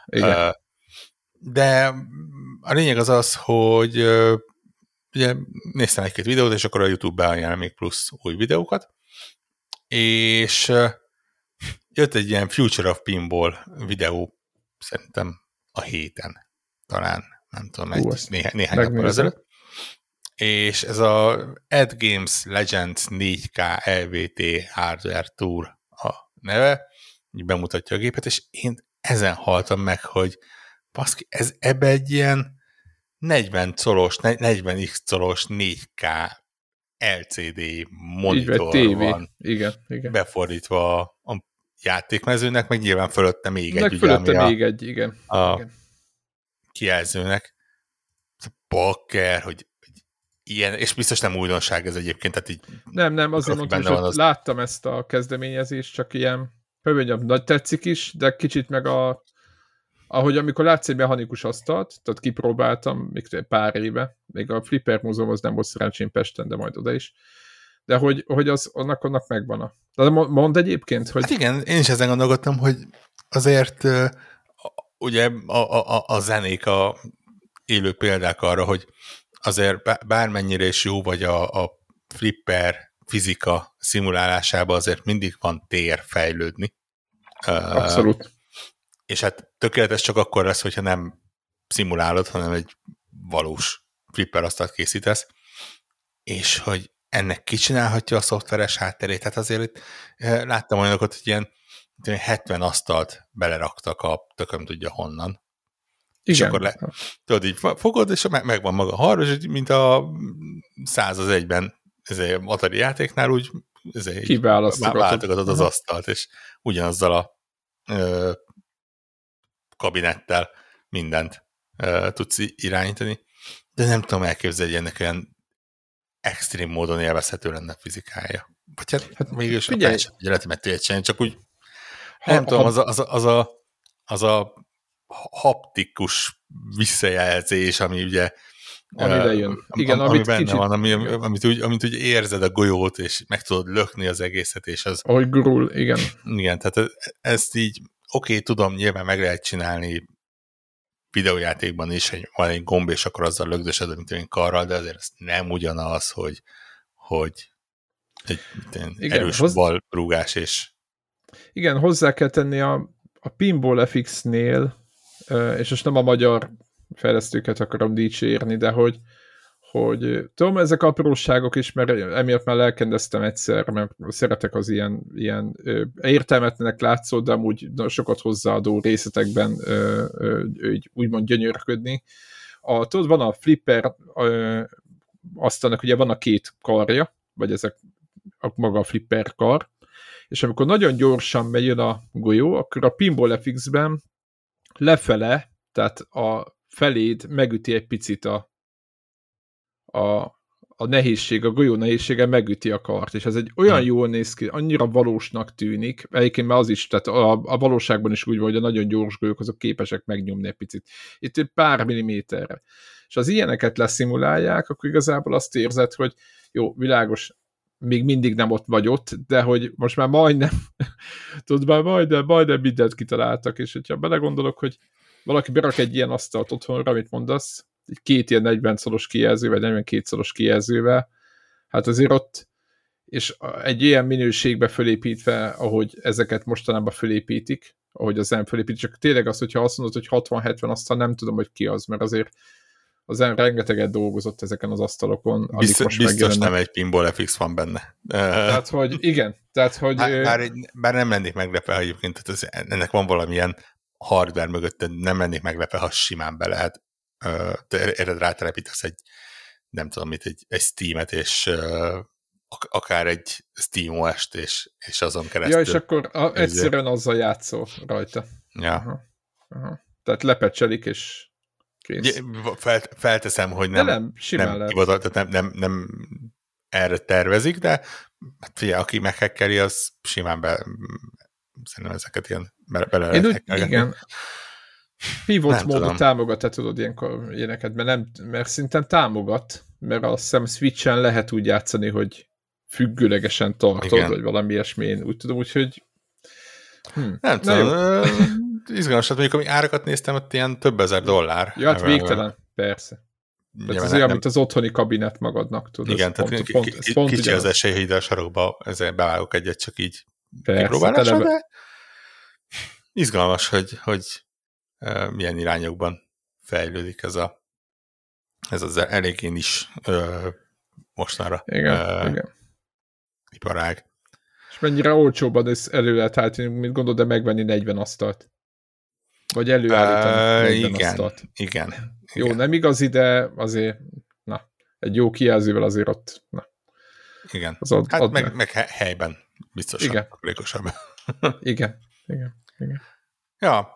De a lényeg az, hogy ugye néztem egy-két videót, és akkor a YouTube beajánl még plusz új videókat, és jött egy ilyen Future of Pinball videó, szerintem a héten, talán, nem tudom, néhány nappal ezelőtt, és ez a Ed Games Legends 4K EVT Hardware Tour a neve, így bemutatja a gépet, és én ezen haltam meg, hogy baszki, ez ebbe egy ilyen 40x colos 4K LCD monitor van. Igen. Befordítva a játékmezőnek, meg nyilván fölötte még egy. Fölötte még egy, igen. A kijelzőnek. Bakker, hogy ilyen, és biztos nem újdonság ez egyébként, tehát így... Nem, azért mondtam, hogy láttam ezt a kezdeményezést, csak ilyen, hogy mondjam, nagy tetszik is, de kicsit meg ahogy amikor látsz egy mechanikus asztalt, tehát kipróbáltam még pár éve, még a Flipper Múzeum az nem volt szerencsém Pesten, de majd oda is, de hogy az annak megvan De mondd egyébként, hogy... Hát igen, én is ezen gondolkodtam, hogy azért ugye a zenék a élő példák arra, hogy azért bármennyire is jó vagy a flipper fizika szimulálásában, azért mindig van tér fejlődni. Abszolút. És hát tökéletes csak akkor lesz, hogyha nem szimulálod, hanem egy valós flipper asztalt készítesz, és hogy ennek kicsinálhatja a szoftveres hátterét. Tehát azért itt láttam olyanokat, hogy ilyen 70 asztalt beleraktak a tököm tudja honnan. Igen. És akkor tudod, így fogod, és megvan maga a hardware, és mint a 101-ben Atari játéknál úgy váltogatod az asztalt, és ugyanazzal a kabinettel mindent tudsz irányítani. De nem tudom elképzelni, hogy ennek olyan extrém módon élvezhető lenne a fizikája. Vagy hát mégis a felsefigyeletemet értsen, csak úgy nem tudom, az a haptikus visszajelzés, ami ugye ami jön. Igen, ami benne kicsit... van, amit úgy érzed a golyót, és meg tudod lökni az egészet, és az... Ahogy gurul, igen. Igen, tehát ezt így oké, tudom, nyilván meg lehet csinálni videójátékban is, hogy van egy gomb, és akkor azzal lögdösöd, mint egy karral, de azért ez nem ugyanaz, hogy egy erős balrúgás, és... Igen, hozzá kell tenni a Pinball FX-nél, és most nem a magyar fejlesztőket akarom dicsérni, de hogy tudom, ezek apróságok is, mert emiatt már lelkendeztem egyszer, mert szeretek az ilyen értelmetlenek látszó, de amúgy sokat hozzáadó részletekben úgymond gyönyörködni. Tudod, van a flipper asztalnak, ugye van a két karja, vagy ezek maga a flipper kar, és amikor nagyon gyorsan megjön a golyó, akkor a Pinball FX-ben lefele, tehát a feléd megüti egy picit a nehézség, a golyó nehézsége megüti a kart, és ez egy olyan jól néz ki, annyira valósnak tűnik, egyébként már az is, tehát a valóságban is úgy van, hogy a nagyon gyors golyók azok képesek megnyomni egy picit. Itt egy pár milliméterre. És az ilyeneket leszimulálják, akkor igazából azt érzed, hogy jó, világos, még mindig nem ott vagy ott, de hogy most már majdnem, tudod, már majdnem mindent kitaláltak, és hogyha belegondolok, hogy valaki berak egy ilyen asztalt otthonra, amit mondasz, két ilyen 40 szoros kijelző, vagy 42 szoros kijelzővel, hát azért ott, és egy ilyen minőségbe fölépítve, ahogy ezeket mostanában fölépítik, ahogy az nem fölépít, csak tényleg az, hogyha azt mondod, hogy 60-70, aztán nem tudom, hogy ki az, mert azért az rengeteget dolgozott ezeken az asztalokon. Biztos nem egy Pinball FX van benne. Tehát, hogy igen. Tehát, hogy... Bár nem lennék meglepve, ha egyébként ennek van valamilyen hardware mögött, nem lennék meglepve, ha simán be lehet. Rátelepítesz egy, nem tudom mit, egy Steam-et, és akár egy SteamOS-t, és azon keresztül. Ja, és akkor egyszerűen azzal játszol rajta. Ja. Aha. Tehát lepecselik, és kész. Felteszem, hogy nem erre tervezik, de figyelj, aki meghekkeli, az simán szerintem ezeket ilyen bele lehet hekkelgetni. Igen. Pivot módot támogat, te tudod ilyeneket, mert szerintem támogat, mert azt hiszem Switchen lehet úgy játszani, hogy függőlegesen tartod, igen, vagy valami ilyesmi, én úgy tudom, úgyhogy nem tudom, izgalmas, mondjuk, ami árakat néztem, ott ilyen több ezer $. Ja, hát végtelen, persze. Tehát ez olyan, mint az otthoni kabinet magadnak, tudod. Igen, tehát kicsi az esély, hogy ide a sarokba ezzel bevágok egyet, csak így kipróbálásra, de izgalmas, hogy milyen irányokban fejlődik ez az eléggé is mostanra igen. iparág. És mennyire olcsóban elő lehet állítani, mint gondolod, de megvenni 40 asztalt? Vagy előállítani 40 asztalt? Igen. Jó, nem igazi, de azért, egy jó kijelzővel azért ott, Igen. Meg helyben biztosan aplékosabb. Igen. Ja,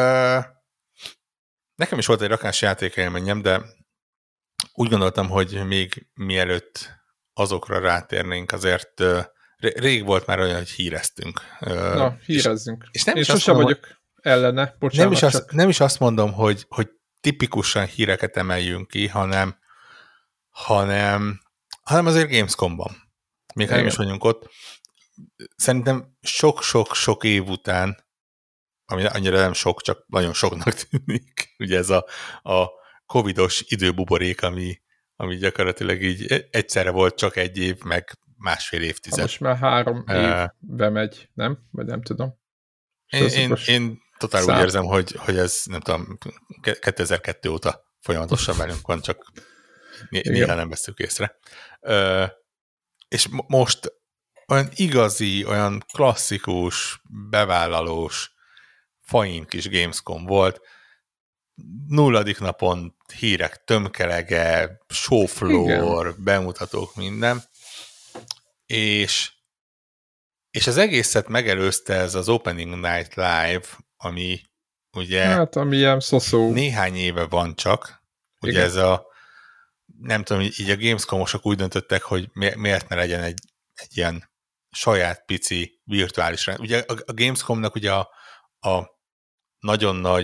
nekem is volt egy rakás játékélményem, de úgy gondoltam, hogy még mielőtt azokra rátérnénk, azért rég volt már olyan, hogy híreztünk. Hírezzünk. És nem én is sosem vagyok ellene, bocsánat. Nem is azt mondom, hogy tipikusan híreket emeljünk ki, hanem azért Gamescom-ban. Még ha nem is vagyunk ott. Szerintem sok év után, ami annyira nem sok, csak nagyon soknak tűnik. Ugye ez a covidos időbuborék, ami gyakorlatilag így egyszerre volt csak egy év, meg másfél évtized. Most már 3 évbe megy, nem? Vagy nem tudom. Én totál úgy érzem, hogy ez, nem tudom, 2002 óta folyamatosan velünk van, csak néha nem veszük észre. És most olyan igazi, olyan klasszikus, bevállalós, fain kis Gamescom volt. 0. napon hírek tömkelege, showfloor, bemutatók, minden. És az egészet megelőzte ez az Opening Night Live, ami ugye ami ilyen szoszó. Néhány éve van csak. Ugye igen. Ez nem tudom, így a Gamescom-osok úgy döntöttek, hogy miért ne legyen egy ilyen saját pici virtuális rend. Ugye a Gamescom-nak ugye a nagyon nagy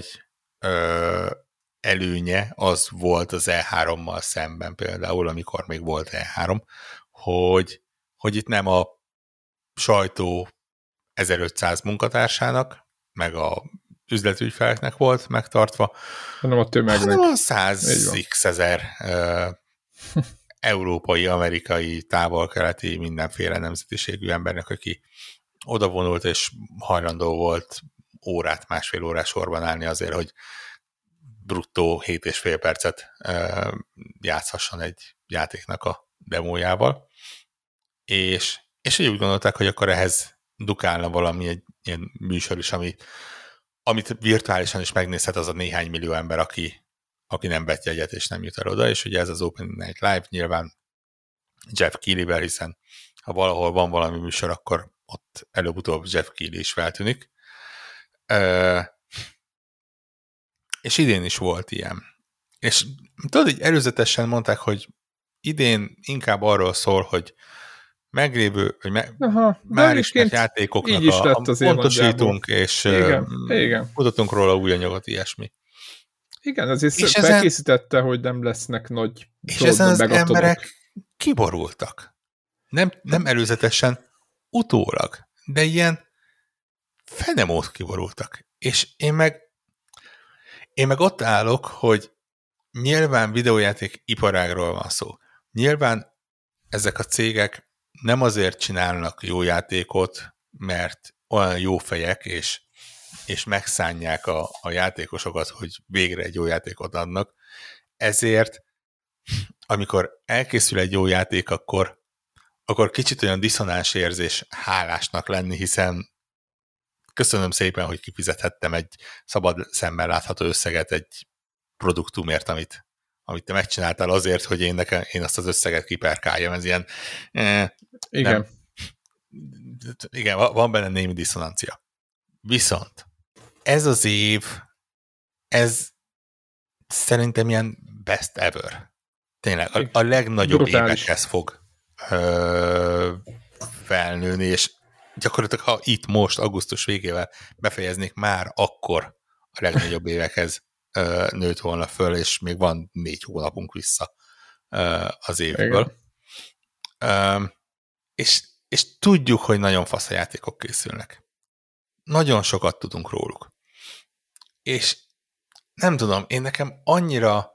előnye az volt az E3-mal szemben például, amikor még volt E3, hogy itt nem a sajtó 1500 munkatársának, meg a üzletügyfeleknek volt megtartva, hanem a tömegnek. Hanem a 100x ezer európai, amerikai, távol-keleti, mindenféle nemzetiségű embernek, aki odavonult és hajlandó volt másfél órás sorban állni azért, hogy bruttó 7,5 percet játszhasson egy játéknak a demójával, és úgy gondolták, hogy akkor ehhez dukálna valami egy ilyen műsor is, amit virtuálisan is megnézhet az a néhány millió ember, aki nem vett jegyet és nem jut el oda, és ugye ez az Open Night Live nyilván Jeff Keighley-vel, hiszen ha valahol van valami műsor, akkor ott előbb-utóbb Jeff Keighley is feltűnik. És idén is volt ilyen. És tudod, így előzetesen mondták, hogy idén inkább arról szól, hogy meglévő, vagy már ismert játékoknak pontosítunk, és igen. mutatunk róla új anyagot, ilyesmi. Igen, azért felkészítette, hogy nem lesznek nagy és ezen az emberek kiborultak. Nem előzetesen, utólag, de ilyen fenemót kiborultak. És én meg ott állok, hogy nyilván videójáték iparágról van szó. Nyilván ezek a cégek nem azért csinálnak jó játékot, mert olyan jó fejek, és megszánják a játékosokat, hogy végre egy jó játékot adnak. Ezért, amikor elkészül egy jó játék, akkor kicsit olyan diszonáns érzés hálásnak lenni, hiszen köszönöm szépen, hogy kifizethettem egy szabad szemmel látható összeget egy produktumért, amit te megcsináltál azért, hogy én azt az összeget kiperkáljam. Ez ilyen... Igen. Igen, van benne némi diszonancia. Viszont ez az év, ez szerintem ilyen best ever. Tényleg, a legnagyobb brutális évekhez fog felnőni, és gyakorlatilag, ha itt most, augusztus végével befejeznék, már akkor a legnagyobb évekhez nőtt volna föl, és még van 4 hónapunk vissza az évből. És tudjuk, hogy nagyon fasz a játékok készülnek. Nagyon sokat tudunk róluk. És nem tudom, én nekem annyira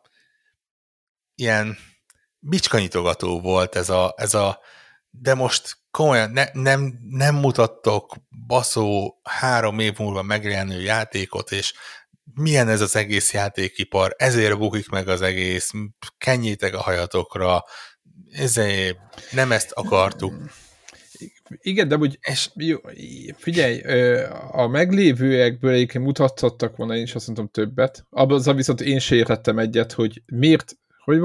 ilyen bicskanyitogató volt ez a de most komolyan nem mutattok baszó 3 év múlva megjelenő játékot, és milyen ez az egész játékipar, ezért bukik meg az egész, kenjétek a hajatokra, ezért nem ezt akartuk. Igen, de úgy, figyelj, a meglévőekből egyébként mutathattak volna, én is azt mondtam többet. Abban viszont én se értettem egyet, hogy miért,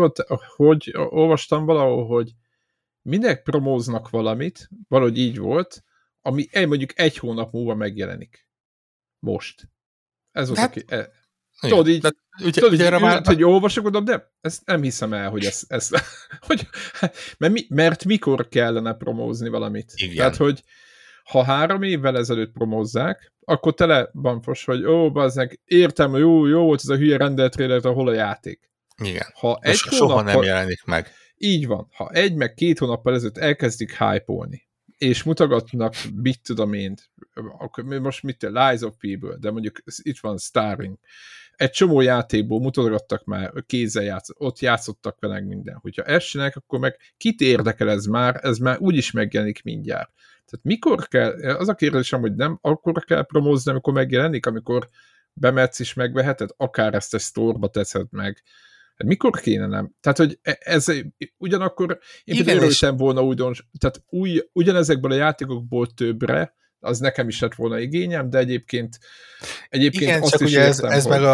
hogy olvastam valahol, hogy minek promóznak valamit, valahogy így volt, ami mondjuk 1 hónap múlva megjelenik. Most. Ez volt, aki... Tudod így, hogy olvasok, mondom, de ezt nem hiszem el, hogy ez hogy, mert mikor kellene promózni valamit. Igen. Tehát, hogy ha 3 évvel ezelőtt promózzák, akkor tele van fos, hogy bazzeg, értem, jó volt ez a hülye rendelt trailer, hol a játék. Igen. Ha soha nem jelenik meg. Így van. Ha 1 meg 2 hónappal ezelőtt elkezdik hype-olni, és mutogatnak, mit tudom én, most mit Lies of P-ből, de mondjuk itt van Starring. Egy csomó játékból mutogattak már, kézzel ott játszottak vele minden. Hogyha ezt csinálják, akkor meg kit érdekel ez már úgyis megjelenik mindjárt. Tehát mikor kell, az a kérdésem, hogy nem akkor kell promózni, amikor megjelenik, amikor bemetsz és megveheted, akár ezt egy store-ba teszed meg. Mikor kéne nem? Tehát, hogy ez ugyanakkor én örültem volna tehát ugyanezekből a játékokból többre, az nekem is lett volna igényem, de egyébként igen, azt csak is ugye értem, ez meg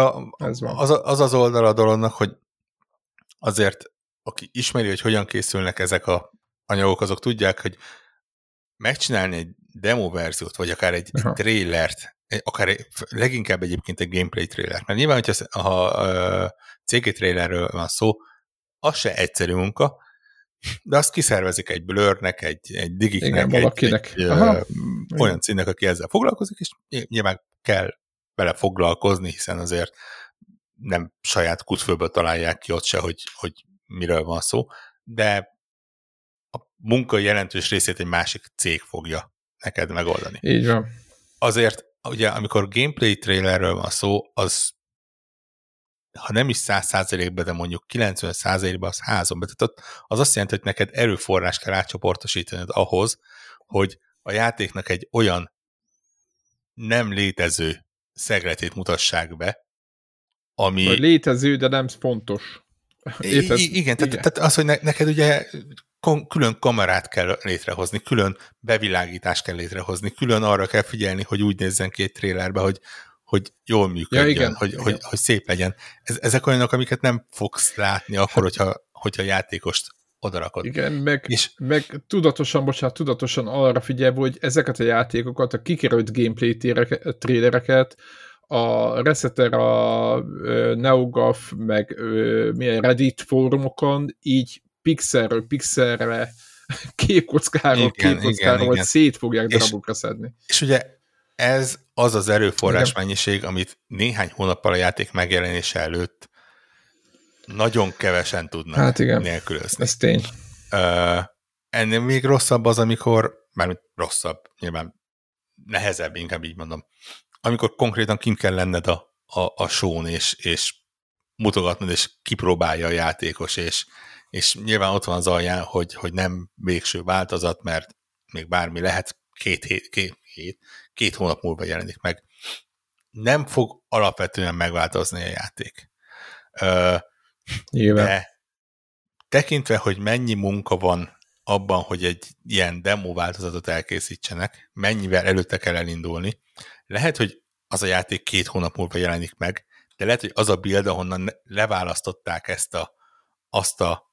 az oldala a dolognak, hogy azért, aki ismeri, hogy hogyan készülnek ezek a anyagok, azok tudják, hogy megcsinálni egy demo verziót, vagy akár egy trailert, akár leginkább egyébként egy gameplay trailert, mert nyilván, ha CG trailerről van szó, az se egyszerű munka, de azt kiszervezik egy Blurnek, egy Digiknek, egy olyan címnek, aki ezzel foglalkozik, és nyilván kell vele foglalkozni, hiszen azért nem saját kutfőből találják ki ott se, hogy miről van szó, de a munka jelentős részét egy másik cég fogja neked megoldani. Így van. Azért, ugye, amikor gameplay trailerről van szó, az ha nem is 100%-ban, de mondjuk 90%-ban az házon. Tehát az azt jelenti, hogy neked erőforrás kell átcsoportosítanod ahhoz, hogy a játéknak egy olyan nem létező szegletét mutassák be, ami... Vagy létező, de nem fontos. Igen, tehát az, hogy neked ugye külön kamerát kell létrehozni, külön bevilágítást kell létrehozni, külön arra kell figyelni, hogy úgy nézzen ki egy trélerbe, hogy jól működjön, igen, hogy szép legyen. Ezek olyanok, amiket nem fogsz látni akkor, hogyha játékost odarakod. Igen, meg tudatosan arra figyelve, hogy ezeket a játékokat, a kikerült gameplay trélereket, a Resetter, a NeoGAF, meg milyen Reddit fórumokon így pixelről pixelre, képkockáról képkockáról szét fogják darabokra szedni. És ugye ez az erőforrás mennyiség, amit néhány hónappal a játék megjelenése előtt nagyon kevesen tudnak nélkülözni. Ez tény. Ennél még rosszabb az, amikor, mármint rosszabb, nyilván nehezebb, inkább így mondom, amikor konkrétan kint kell lenned a show-n, és mutogatnod, és kipróbálja a játékos, és nyilván ott van az alján, hogy nem végső változat, mert még bármi lehet, két hónap múlva jelenik meg. Nem fog alapvetően megváltozni a játék. De tekintve, hogy mennyi munka van abban, hogy egy ilyen demo változatot elkészítsenek, mennyivel előtte kell elindulni, lehet, hogy az a játék 2 hónap múlva jelenik meg, de lehet, hogy az a build, ahonnan leválasztották azt a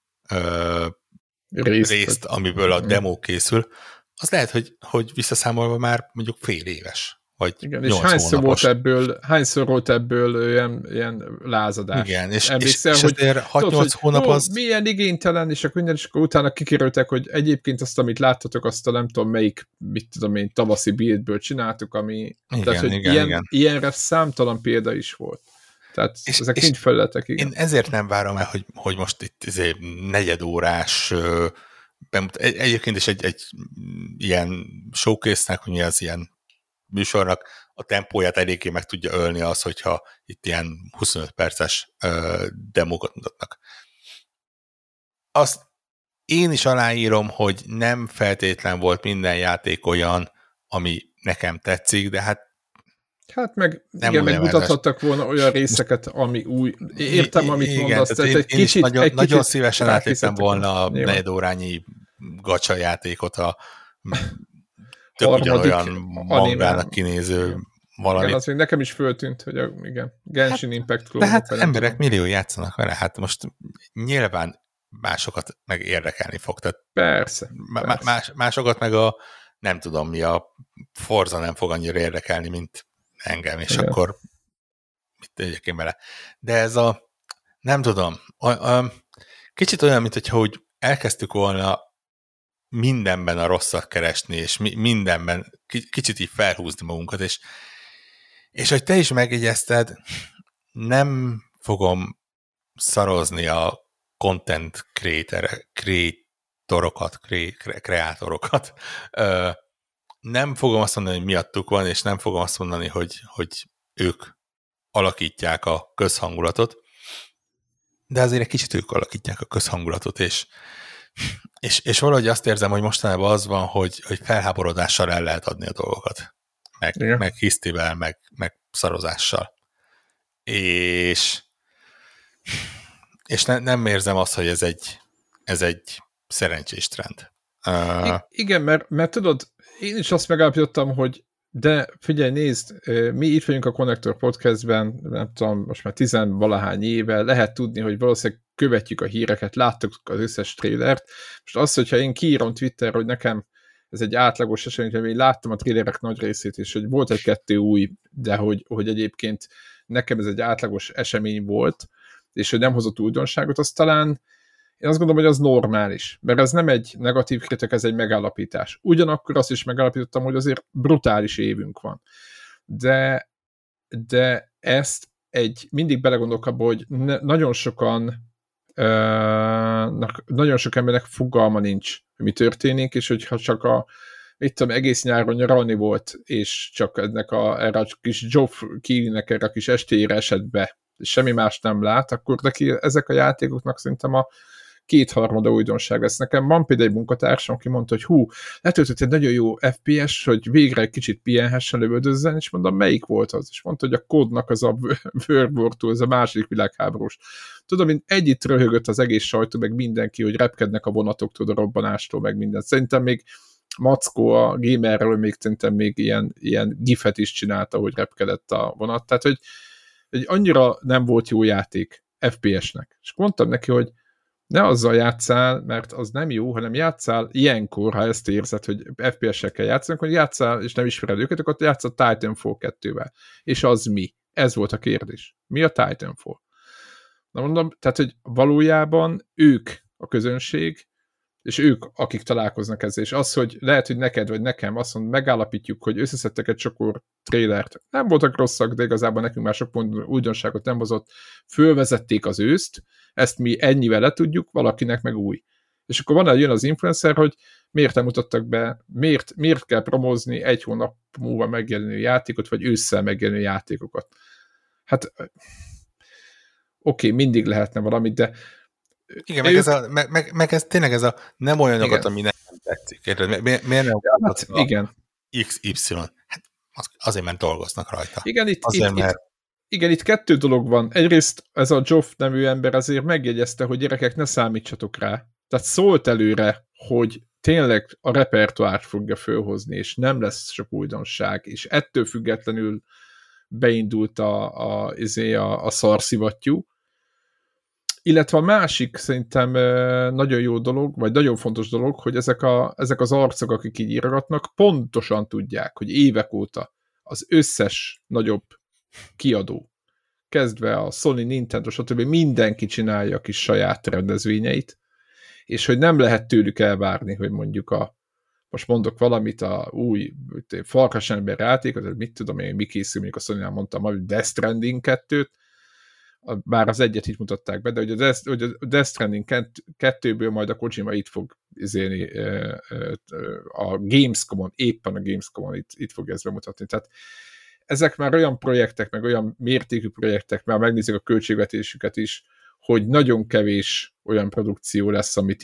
részt, amiből a demo készül, az lehet, hogy visszaszámolva már mondjuk fél éves. Vagy igen, és hányszor volt ebből ilyen lázadás. Igen, és azért 6-8 hónap az... Milyen igénytelen, és akkor minden, és akkor utána kikerültek, hogy egyébként azt, amit láttatok, azt a nem tudom melyik, mit tudom én, tavaszi buildből csináltuk, ami... Igen, tehát, hogy igen. Ilyenre számtalan példa is volt. Tehát ezek mind felületek, igen. Én ezért nem várom el, hogy most itt negyedórás egyébként is egy ilyen showcase-nek, hogy mi az ilyen műsornak a tempóját eléggé meg tudja ölni az, hogyha itt ilyen 25 perces demókat mutatnak. Azt én is aláírom, hogy nem feltétlen volt minden játék olyan, ami nekem tetszik, de hát meg megmutathattak volna olyan részeket, ami új. Értem, amit mondasz. Tehát egy kicsit, nagyon szívesen átléptem volna a negyedórányi gacsa játékot a tök ugyanolyan mangának kinéző valami. Igen, az még nekem is föltűnt, hogy igen, Genshin Impact klónok. De hát emberek millió játszanak vele, hát most nyilván másokat meg érdekelni fog. Tehát persze. Másokat meg a nem tudom mi, a Forza nem fog annyira érdekelni, mint engem, és igen. Akkor mit tegyek én vele. De ez nem tudom, kicsit olyan, mint hogyha úgy elkezdtük volna mindenben a rosszat keresni, és mindenben kicsit így felhúzni magunkat, és hogy te is megjegyezted, nem fogom szarozni a content kreátorokat. Nem fogom azt mondani, hogy miattuk van, és nem fogom azt mondani, hogy ők alakítják a közhangulatot, de azért egy kicsit ők alakítják a közhangulatot, és valahogy azt érzem, hogy mostanában az van, hogy felháborodással el lehet adni a dolgokat. Meg hisztivel, meg szarozással. És nem érzem azt, hogy ez egy szerencsés trend. Igen, mert tudod, én is azt megállapítottam, hogy de figyelj, nézd, mi itt vagyunk a Connector Podcastben, nem tudom, most már 10-valahány éve, lehet tudni, hogy valószínűleg követjük a híreket, láttuk az összes trélert. Most az, hogyha én kiírom Twitterre, hogy nekem ez egy átlagos esemény, hogy én láttam a trélerek nagy részét, és hogy volt 1-2 új, de hogy egyébként nekem ez egy átlagos esemény volt, és hogy nem hozott újdonságot, az talán én azt gondolom, hogy az normális, mert ez nem egy negatív kritika, ez egy megállapítás. Ugyanakkor azt is megállapítottam, hogy azért brutális évünk van. De ezt mindig belegondolok abba, hogy nagyon sok embernek fogalma nincs, hogy mi történik, és hogyha csak egész nyáron nyaralni volt, és csak erre a kis Geoff Keighley-nek erre a kis estére esett be, és semmi más nem lát, akkor neki ezek a játékoknak szerintem a kétharmada újdonság lesz. Nekem van például egy munkatársam, aki mondta, hogy letöltött egy nagyon jó FPS, hogy végre egy kicsit pihenhessen, lövöldözzen, és mondom, melyik volt az? És mondta, hogy a kódnak az a World War II, ez a második világháborús. Tudom, mint együtt röhögött az egész sajtó, meg mindenki, hogy repkednek a vonatok, tudod, a robbanástól, meg minden. Szerintem még Mackó a gamerről még szerintem még ilyen gifet is csinálta, hogy repkedett a vonat. Tehát, hogy annyira nem volt jó játék FPS-nek. És mondtam neki, hogy ne azzal játszál, mert az nem jó, hanem játszál ilyenkor, ha ezt érzed, hogy FPS-ekkel játszani, hogy játszál, és nem ismered őket, akkor játszol Titanfall 2-vel. És az mi? Ez volt a kérdés. Mi a Titanfall? Na mondom, tehát, hogy valójában ők a közönség, és ők, akik találkoznak ezzel, és az, hogy lehet, hogy neked vagy nekem azt mondom, megállapítjuk, hogy összeszedtek egy csokor trailert, nem voltak rosszak, de igazából nekünk már sok újdonságot nem hozott, fölvezették az őszt, ezt mi ennyivel le tudjuk, valakinek meg új. És akkor jön az influencer, hogy miért nem mutattak be, miért kell promózni egy hónap múlva megjelenő játékot, vagy ősszel megjelenő játékokat. Hát oké, mindig lehetne valamit, de igen, meg ez tényleg ez a nem olyanokat, ami nekem tetszik. Miért nem igen. XY? Hát azért, mert dolgoznak rajta. Igen, itt kettő dolog van. Egyrészt ez a Geoff nevű ember azért megjegyezte, hogy gyerekek, ne számítsatok rá. Tehát szólt előre, hogy tényleg a repertoárt fogja fölhozni, és nem lesz sok újdonság, és ettől függetlenül beindult a szarszivattyú. Illetve a másik szerintem nagyon jó dolog, vagy nagyon fontos dolog, hogy ezek az arcok, akik így írogatnak, pontosan tudják, hogy évek óta az összes nagyobb kiadó, kezdve a Sony, Nintendo, stb. Mindenki csinálja a kis saját rendezvényeit, és hogy nem lehet tőlük elvárni, hogy mondjuk most mondok valamit, a új Farkasember játékot, mit tudom én, mi készül, mondjuk a Sony-nál mondtam, hogy Death Stranding 2-t, bár az egyet itt mutatták be, de hogy a Death Stranding 2-ből majd a Kojima itt fog izélni a Gamescom-on, éppen a Gamescom-on itt fog ezt bemutatni. Tehát ezek már olyan projektek, meg olyan mértékű projektek, már megnézzük a költségvetésüket is, hogy nagyon kevés olyan produkció lesz, amit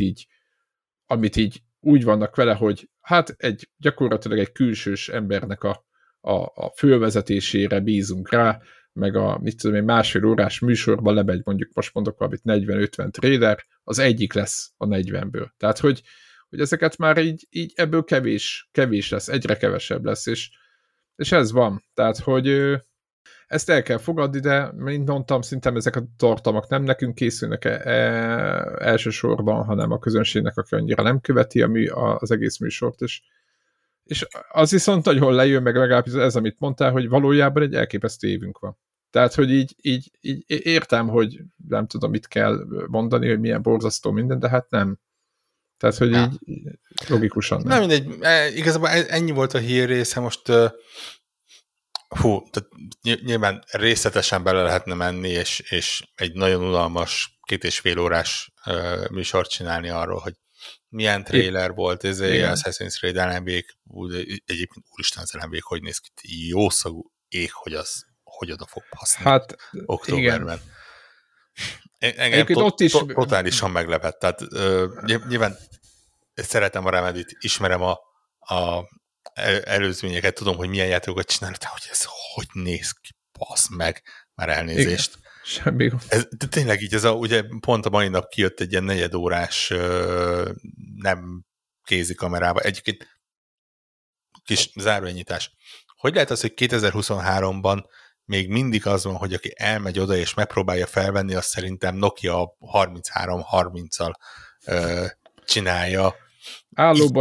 így úgy vannak vele, hogy hát gyakorlatilag egy külsős embernek a fölvezetésére bízunk rá, meg a másfél órás műsorban lemegy, mondjuk most mondok valamit 40-50 trailer, az egyik lesz a 40-ből. Tehát, hogy ezeket már így ebből kevés lesz, egyre kevesebb lesz, és ez van. Tehát, hogy ezt el kell fogadni, de mint mondtam, szerintem ezek a tartalmak nem nekünk készülnek elsősorban, hanem a közönségnek, aki annyira nem követi az egész műsort, és az viszont nagyon lejön, meg legalábbis ez, amit mondtál, hogy valójában egy elképesztő évünk van. Tehát, hogy így értem, hogy nem tudom, mit kell mondani, hogy milyen borzasztó minden, de hát nem. Tehát, hogy így logikusan nem. Nem mindegy, igazából ennyi volt a hír része, most tehát nyilván részletesen bele lehetne menni, és egy nagyon unalmas 2,5 órás műsort csinálni arról, hogy milyen trailer volt, ez az Assassin's Creed LMV-k, egyébként úristen az LMV-k, hogy néz ki, jószagú ég, hogy oda fog passzni októberben. Engem totálisan meglepett, tehát nyilván szeretem a Remedit, ismerem a előzményeket, tudom, hogy milyen játékokat csinálnak, de hogy ez hogy néz ki, passz meg, már elnézést. Igen. Semmi. De tényleg így, ugye pont a mai nap kijött egy ilyen 4 órás nem kézi kamerába. Egyébként kis zárójelnyitás. Hogy lehet az, hogy 2023-ban még mindig az van, hogy aki elmegy oda és megpróbálja felvenni, azt szerintem Nokia 3330-al csinálja. Állóba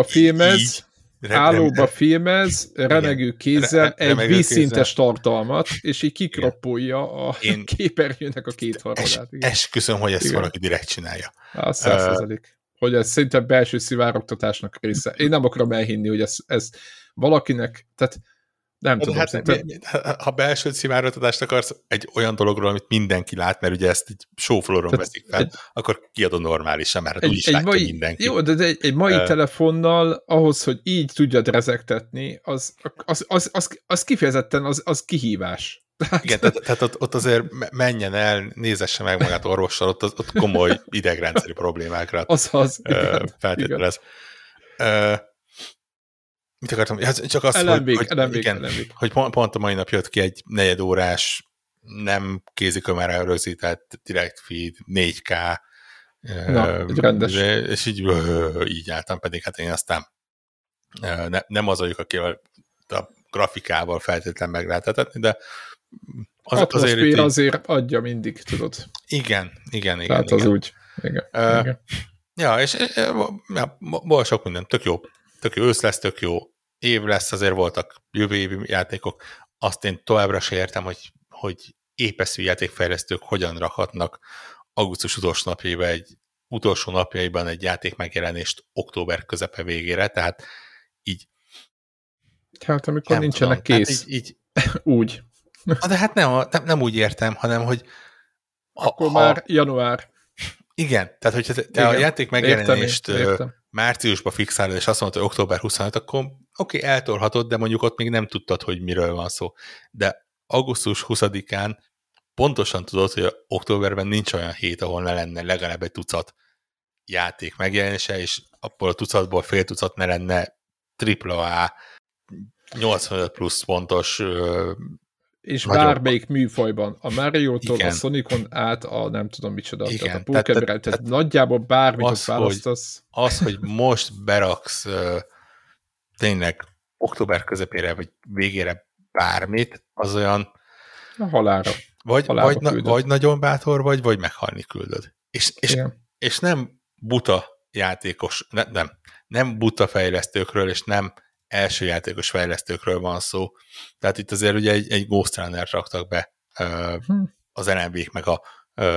filmez, remegő kézzel egy vízszintes tartalmat, és így kikroppolja a képernyőnek a 2/3-át. Esküszöm, hogy ezt valaki direkt csinálja. 100%. Hogy ez szerintem belső szivárogtatásnak része. Én nem akarom elhinni, hogy ez valakinek, tehát nem tudom. Ha belső szivárogtatást akarsz egy olyan dologról, amit mindenki lát, mert ugye ezt egy showflooron veszik fel, akkor kiadod normálisan, mert úgyis látja mindenki. Jó, de egy mai telefonnal ahhoz, hogy így tudjad rezegtetni, az kifejezetten az kihívás. Igen, tehát ott azért menjen el, nézesse meg magát orvossal, ott komoly idegrendszeri problémákra feltételez. Mit akartam? Csak azt, hogy pont a mai nap jött ki egy 4 órás, nem kézikömerrel rögzített direct feed, 4K, rendes. És így álltam, pedig hát én aztán nem az vagyok, akivel a grafikával feltétlenül meg lehet etetni, de azért adja mindig, tudod. Igen. Tehát az úgy. Igen. Ja, és volt sok minden, tök jó, ősz lesz, tök jó év lesz, azért voltak jövő évi játékok, azt én továbbra se értem, hogy épeszű játékfejlesztők hogyan rakhatnak augusztus utolsó napjaiban egy játék megjelenést október közepe végére, tehát így hát amikor nincsenek kész. Hát így úgy. De hát nem úgy értem, hanem, hogy akkor már január. Igen, tehát hogyha te a játék megjelenést márciusban fixálod, és azt mondod, hogy október 25, akkor oké, eltolhatod, de mondjuk ott még nem tudtad, hogy miről van szó. De augusztus 20-án pontosan tudod, hogy októberben nincs olyan hét, ahol ne lenne legalább egy tucat játék megjelenése, és abból a tucatból fél tucat ne lenne AAA 85 plusz pontos és bármelyik műfajban, a Mario-tól a Sonicon át a nem tudom micsoda, tehát a Pokémon-re, tehát nagyjából bármit ott választasz. Az, hogy most beraksz tényleg október közepére, vagy végére bármit, az olyan halálra. Vagy nagyon bátor vagy meghalni küldöd. És nem buta játékos, nem buta fejlesztőkről, és nem első játékos fejlesztőkről van szó. Tehát itt azért ugye egy Ghost Runner-t raktak be az NMB-k, meg a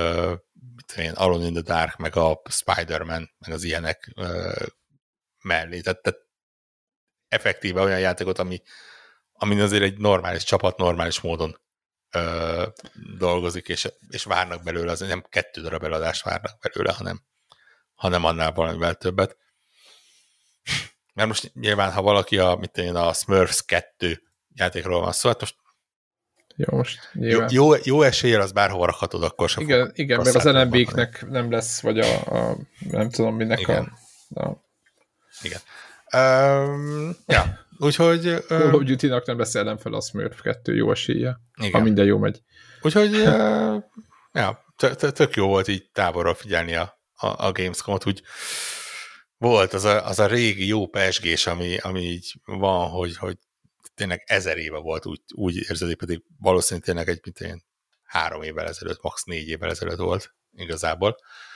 Alone in the Dark, meg a Spider-Man, meg az ilyenek mellé. Tehát effektíve olyan játékot, amin azért egy normális csapat normális módon dolgozik, és várnak belőle, azért nem 2 darab eladást várnak belőle, hanem annál valamivel többet. Mert most nyilván, ha valaki a Smurfs 2 játékról van szó, hát most jó eséllyel az bárhova rakhatod, akkor sem igen, mert az NMB-knek nem lesz, vagy a nem tudom minek igen. Igen. Ja, úgyhogy... Call of Duty-nak nem lesz ellenfel a Smurf 2 jó eséllyel, ha minden jó megy. Úgyhogy ja, tök jó volt így távolról figyelni a Gamescom-ot, úgy volt az a régi jó PSG-s, ami így van, hogy tényleg 1000 éve volt, úgy érződik, pedig valószínűleg tényleg egy 3 évvel ezelőtt, max. 4 évvel ezelőtt volt igazából.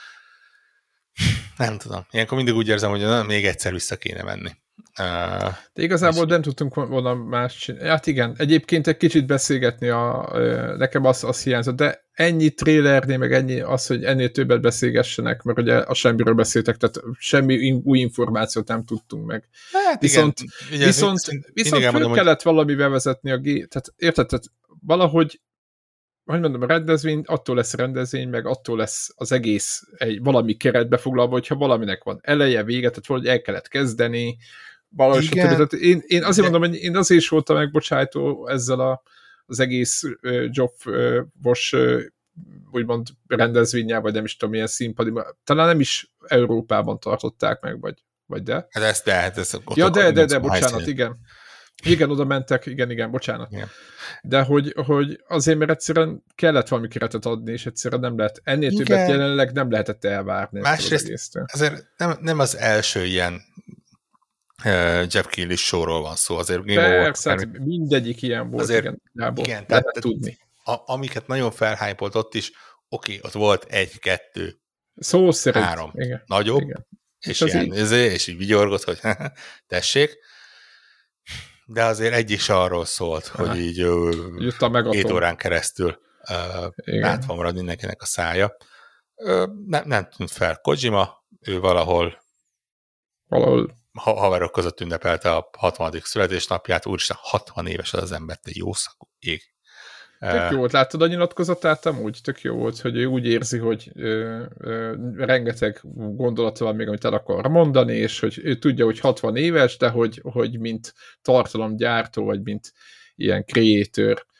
Nem tudom. Ilyenkor mindig úgy érzem, hogy még egyszer vissza kéne menni. De igazából nem tudtunk volna más csinálni. Hát igen, egyébként egy kicsit beszélgetni, nekem az hiányzott, de ennyi trailernél, meg ennyi az, hogy ennél többet beszélgessenek, mert ugye a semmiről beszéltek, tehát semmi új információt nem tudtunk meg. Hát viszont föl kellett valami bevezetni tehát érted, tehát valahogy hogy mondom, a rendezvény, attól lesz rendezvény, meg attól lesz az egész valami keretbe foglalva, hogyha valaminek van eleje, vége, tehát valahogy el kellett kezdeni, valahogy tehát én azért mondom, hogy én azért is voltam megbocsájtó ezzel az egész Jobb-os úgymond rendezvényel, vagy nem is tudom, milyen színpadi, talán nem is Európában tartották meg, vagy de? Hát ez de bocsánat, igen. Igen, oda mentek, igen, bocsánat. Igen. De hogy azért, mert egyszerűen kellett valami keretet adni, és egyszerűen nem lehet, ennél többet jelenleg nem lehetett elvárni. Másrészt azért nem az első ilyen Jeff Keighley showról van szó, azért persze, mindegyik ilyen volt, azért, igen tehát tudni. Amiket nagyon felhájpolt ott is, ott volt 1-2 szó szerint 3 nagyobb, igen. És így vigyorgott, hogy tessék, de azért egy is arról szólt, hogy így 7 órán keresztül át van marad mindenkinek a szája. Nem tűnt fel Kojima, ő valahol haverok között ünnepelte a 60. születésnapját, úristen, 60 éves az ember, te jó szakú ég. Tök jó volt, láttad a nyilatkozatát amúgy? Tök jó volt, hogy ő úgy érzi, hogy rengeteg gondolat van még, amit el akar mondani, és hogy ő tudja, hogy 60 éves, de hogy mint tartalomgyártó, vagy mint ilyen creator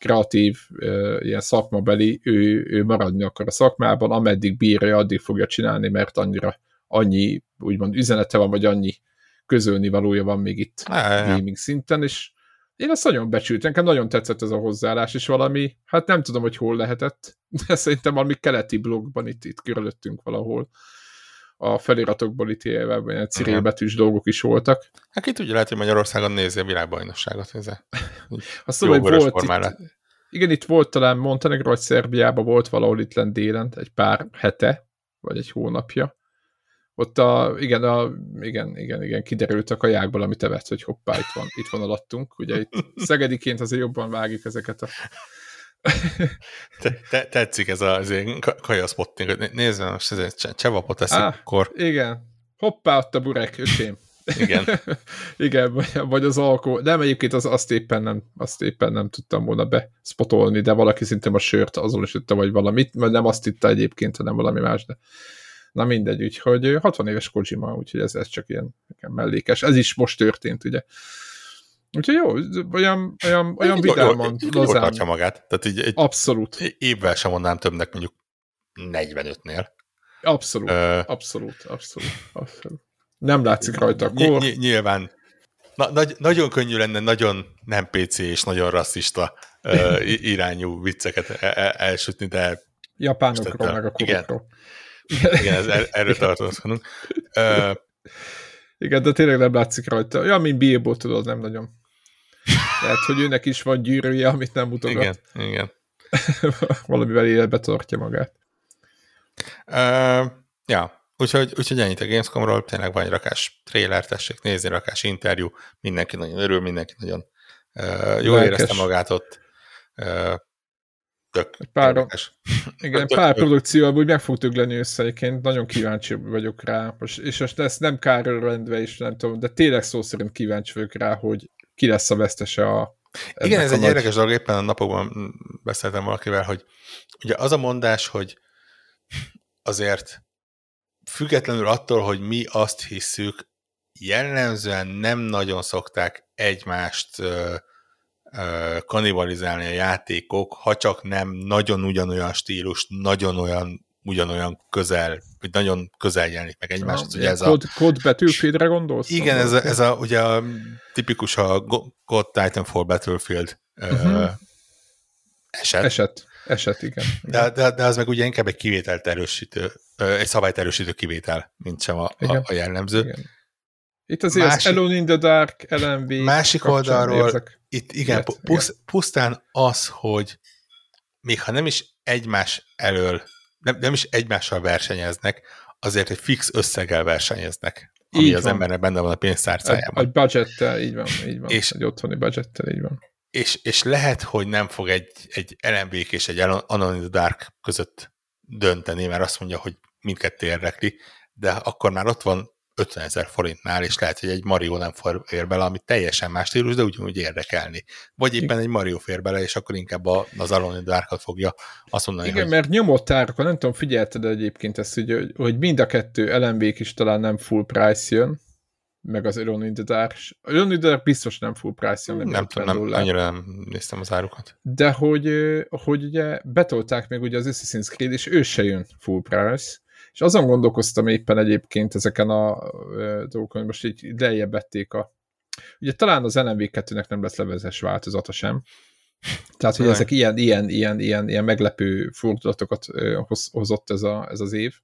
kreatív, ilyen szakmabeli, ő maradni akar a szakmában, ameddig bírja, addig fogja csinálni, mert annyi úgymond üzenete van, vagy annyi közölni valója van még itt gaming szinten, és én azt nagyon becsült, nekem nagyon tetszett ez a hozzáállás, és valami, hát nem tudom, hogy hol lehetett, de szerintem valami keleti blogban itt körülöttünk valahol a feliratokból itt élve, ilyen cirélbetűs dolgok is voltak. Hát ki tudja, lehet, hogy Magyarországon nézi a világbajnosságot. Azt mondom, hogy volt itt volt talán Montenegro, vagy Szerbiában volt valahol itt lent délen, egy pár hete, vagy egy hónapja. Ott igen, kiderült a kajákból, amit te vetsz, hogy hoppá, itt van alattunk. Ugye itt szegediként azért jobban vágjuk ezeket a... Tetszik ez az kajaszpotting. Nézd meg, most ez csevapot eszik, akkor... Igen. Hoppá, ott a burek, öcsém. Igen. Igen, vagy az alkohol. Nem, egyébként azt éppen nem tudtam volna beszpotolni, de valaki szintén a sört azonosította, vagy valamit, mert nem azt itta egyébként, hanem valami más, de na mindegy, úgyhogy 60 éves Kojima, úgyhogy ez csak ilyen mellékes. Ez is most történt, ugye. Úgyhogy jó, olyan vidáman, lazán. Jól tartja magát. Tehát így abszolút. Évvel sem mondanám többnek mondjuk 45-nél. Abszolút. Nem látszik rajta a kor. Nyilván nagyon könnyű lenne nagyon nem PC és nagyon rasszista irányú vicceket elsütni, de... Japánokról, meg a korokról. Igen, erről tartózkodunk. Igen, de tényleg nem látszik rajta. Ja, mint Bilbo, tudod, nem nagyon. Lehet, hogy őnek is van gyűrűje, amit nem mutogat. Igen. Valamivel életbe tartja magát. Úgyhogy ennyit a Gamescomról, tényleg van egy rakás trailer, tessék nézni, rakás interjú, mindenki nagyon örül, mindenki nagyon jól érezte magát ott. Pár produkció amúgy meg fog tögleni összeként, nagyon kíváncsi vagyok rá, és most ezt nem kárőrendve is, nem tudom, de tényleg szó szerint kíváncsi vagyok rá, hogy ki lesz a vesztese a... Igen, ez egy érdekes dolog, éppen a napokban beszéltem valakivel, hogy ugye az a mondás, hogy azért függetlenül attól, hogy mi azt hisszük, jellemzően nem nagyon szokták egymást kannibalizálni a játékok, ha csak nem nagyon ugyanolyan stílus, nagyon ugyanolyan közel, vagy nagyon közel jelenik meg egymáshoz. Ugye Code Battlefieldre gondolsz? Igen, ez a ugye a tipikus a God Titanfall Battlefield eset, igen. De az meg ugye inkább egy kivételt erősítő, egy szabályt erősítő kivétel, mint sem a jellemző. Igen. Itt azért az Alone in the Dark, LMV... Másik oldalról, itt igen, pusztán az, hogy még ha nem is egymás elől, nem is egymással versenyeznek, azért egy fix összeggel versenyeznek, ami így az van. Embernek benne van a pénztárcájában. Egy budgettel, így van. Egy otthoni budgettel, így van. És lehet, hogy nem fog egy LMV-k és egy Alone in the Dark között dönteni, mert azt mondja, hogy mindkettő érdekli, de akkor már ott van 50 000 forintnál, és lehet, hogy egy Mario nem fér bele, ami teljesen más stílus, de ugyanúgy érdekelni. Vagy éppen egy Mario fér bele, és akkor inkább az Alone in the Dark-ot fogja azt mondani, igen, hogy... mert nyomott árakon, nem tudom, figyelted egyébként ezt, hogy mind a kettő LMV-k is talán nem full price jön, meg az Alone in the Dark. Alone in the Dark biztos nem full price jön. Nem tudom, annyira nem néztem az árukat. De hogy ugye betolták még ugye az Assassin's Creed, és ő se jön full price. És azon gondolkoztam éppen egyébként ezeken a dolgokon, hogy most így lejjebb vették ugye talán az LMV2-nek nem lesz levezes változata sem. Tehát, hogy ezek ilyen meglepő fordulatokat hozott ez az év.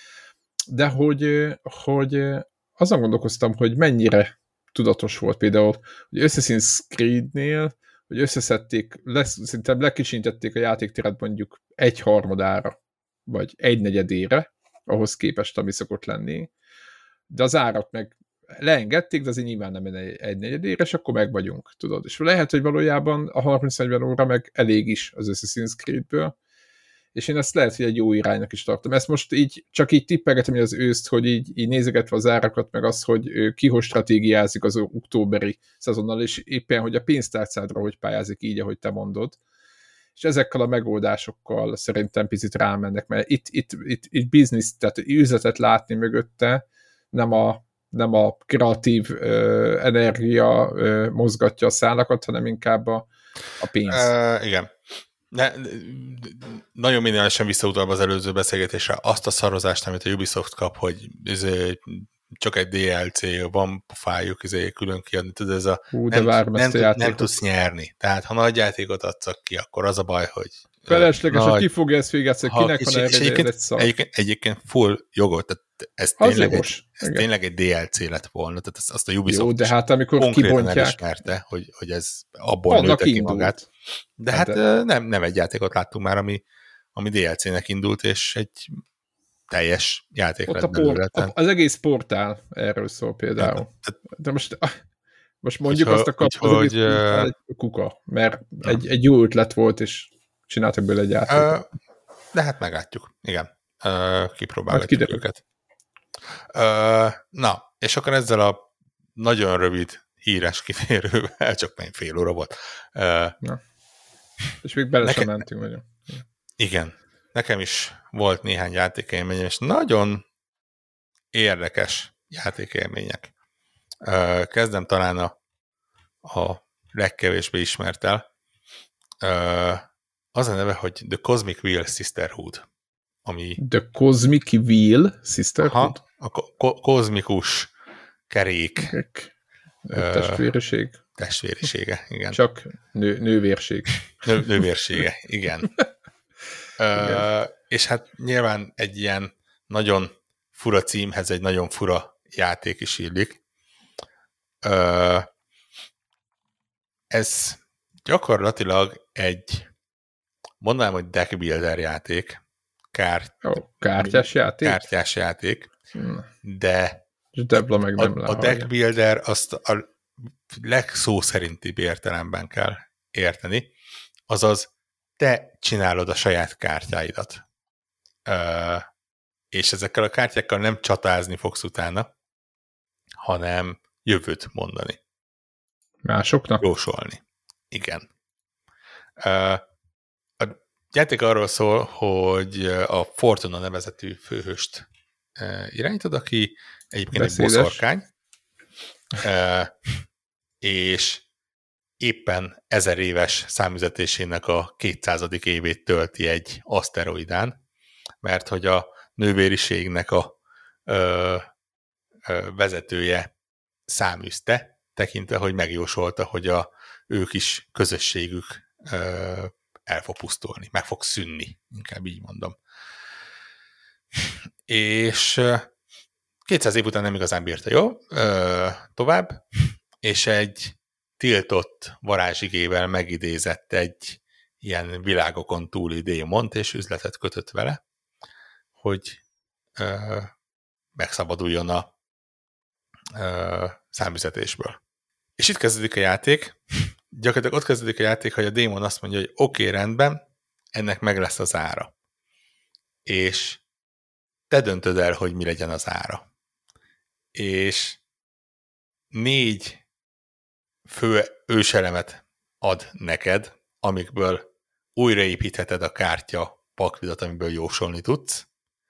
De hogy azon gondolkoztam, hogy mennyire tudatos volt például, hogy Assassin's Creed-nél, hogy összeszedték, szinte lekicsintették a játékteret mondjuk 1/3-ára, vagy 1/4-ére, ahhoz képest, ami szokott lenni. De az árat meg leengedték, de azért nyilván nem 1/4-ére, és akkor meg vagyunk, tudod. És lehet, hogy valójában a 30-40 óra meg elég is az Assassin's Creed-ből, és én ezt lehet, hogy egy jó iránynak is tartom. Ezt most így csak így tippelgetem az őszt, hogy így nézegetve az árakat, meg az, hogy ki hogy stratégiázik az októberi szezonnal, és éppen, hogy a pénztárcádra hogy pályázik így, ahogy te mondod. És ezekkel a megoldásokkal szerintem picit rámennek, mert itt biznisz, tehát üzletet látni mögötte, nem a kreatív energia mozgatja a szálakat, hanem inkább a pénz. Igen. Nagyon minimálisan visszautalva az előző beszélgetésre, azt a szarozást, amit a Ubisoft kap, hogy csak egy DLC, van pofájuk külön kiadni, tudod, ez a nem tudsz nyerni. Tehát, ha nagy játékot adsz ki, akkor az a baj, hogy felesleges, hogy ki fogja ezt végezni, kinek van erre egy szar. Egyébként full jogot, tehát ez tényleg egy DLC lett volna, tehát azt a Ubisoft jó, de hát amikor konkrétan kibontják, elismerte, hogy ez abból nőtte ki magát. De hát nem egy játékot láttunk már, ami DLC-nek indult, és egy teljes játék lett belőle. Az egész portál erről szól például. De most mondjuk azt a kapcsolat, hogy egy kuka, mert egy jó ötlet volt, és csináltak belőle egy játékot. De hát meglátjuk. Igen. Kipróbálgatjuk őket. Na, és akkor ezzel a nagyon rövid híres kitérővel, csak még fél óra volt. És még bele sem mentünk nagyon. Igen. Nekem is volt néhány játékélményem, és nagyon érdekes játékélmények. Kezdem talán a legkevésbé ismerttel. Az a neve, hogy The Cosmic Wheel Sisterhood. Ami The Cosmic Wheel Sisterhood? A kozmikus kerék. Testvériség. Testvérisége, igen. Csak nővérség. Nővérsége, igen. És hát nyilván egy ilyen nagyon fura címhez egy nagyon fura játék is illik. Ez gyakorlatilag egy, mondanám, hogy deck builder játék. Kártyás játék? Kártyás játék, de meg nem a deck builder azt a legszó szerintibb értelemben kell érteni, azaz te csinálod a saját kártyáidat. És ezekkel a kártyákkal nem csatázni fogsz utána, hanem jövőt mondani. Másoknak? Jósolni. Igen. A játék arról szól, hogy a Fortuna nevezetű főhőst irányítod, aki egyébként beszédes. Egy boszorkány, és éppen 1000 éves számüzetésének a 200. évét tölti egy aszteroidán, mert hogy a nővériségnek a vezetője száműzte, tekintve, hogy megjósolta, hogy a ő kis közösségük el fog pusztulni, meg fog szűnni, inkább így mondom. És 200 év után nem igazán bírta, jó? Tovább, és egy tiltott varázsigével megidézett egy ilyen világokon túli démont, és üzletet kötött vele, hogy megszabaduljon a számüzetésből. És itt kezdődik a játék. Gyakorlatilag ott kezdődik a játék, hogy a démon azt mondja, hogy oké, rendben, ennek meg lesz az ára. És te döntöd el, hogy mi legyen az ára. És 4 fő őselemet ad neked, amikből újraépítheted a kártya paklidat, amiből jósolni tudsz,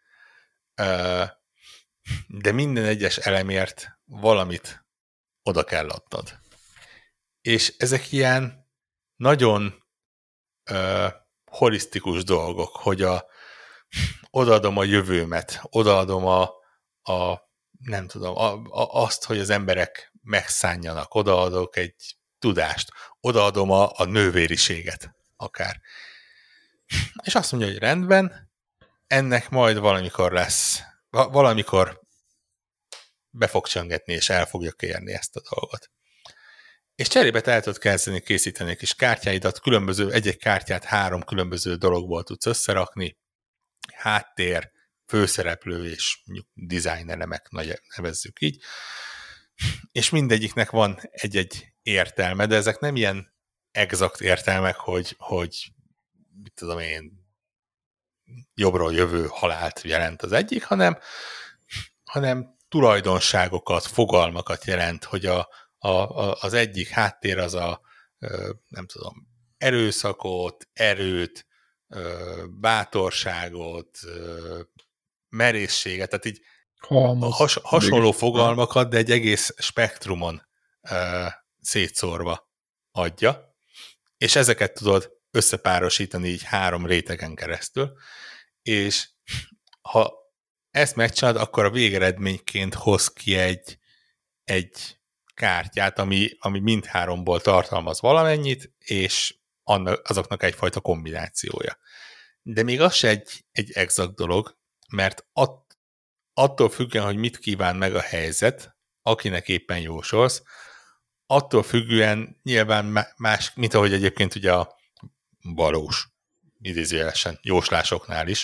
de minden egyes elemért valamit oda kell adnod. És ezek ilyen nagyon holisztikus dolgok, hogy odaadom a jövőmet, odaadom nem tudom, azt, hogy az emberek megszánjanak, odaadok egy tudást, odaadom a nővériséget akár. És azt mondja, hogy rendben, ennek majd valamikor lesz, valamikor be fog csöngetni, és el fogja kérni ezt a dolgot. És cserébe te el tudod kezdeni készíteni egy kis kártyáidat, egy-egy kártyát 3 különböző dologból tudsz összerakni, háttér, főszereplő és design elemek, nevezzük így, és mindegyiknek van egy-egy értelme, de ezek nem ilyen exakt értelmek, hogy mit tudom én, jobbról jövő halált jelent az egyik, hanem tulajdonságokat, fogalmakat jelent, hogy az egyik háttér az nem tudom, erőszakot, erőt, bátorságot, merészséget, tehát így hasonló fogalmakat, de egy egész spektrumon szétszórva adja, és ezeket tudod összepárosítani így 3 rétegen keresztül, és ha ezt megcsinálod, akkor a végeredményként hoz ki egy kártyát, ami mindháromból tartalmaz valamennyit, és azoknak egyfajta kombinációja. De még az se egy exakt dolog, mert attól függően, hogy mit kíván meg a helyzet, akinek éppen jósolsz, attól függően nyilván más, mint ahogy egyébként ugye a valós, idézőjelesen jóslásoknál is,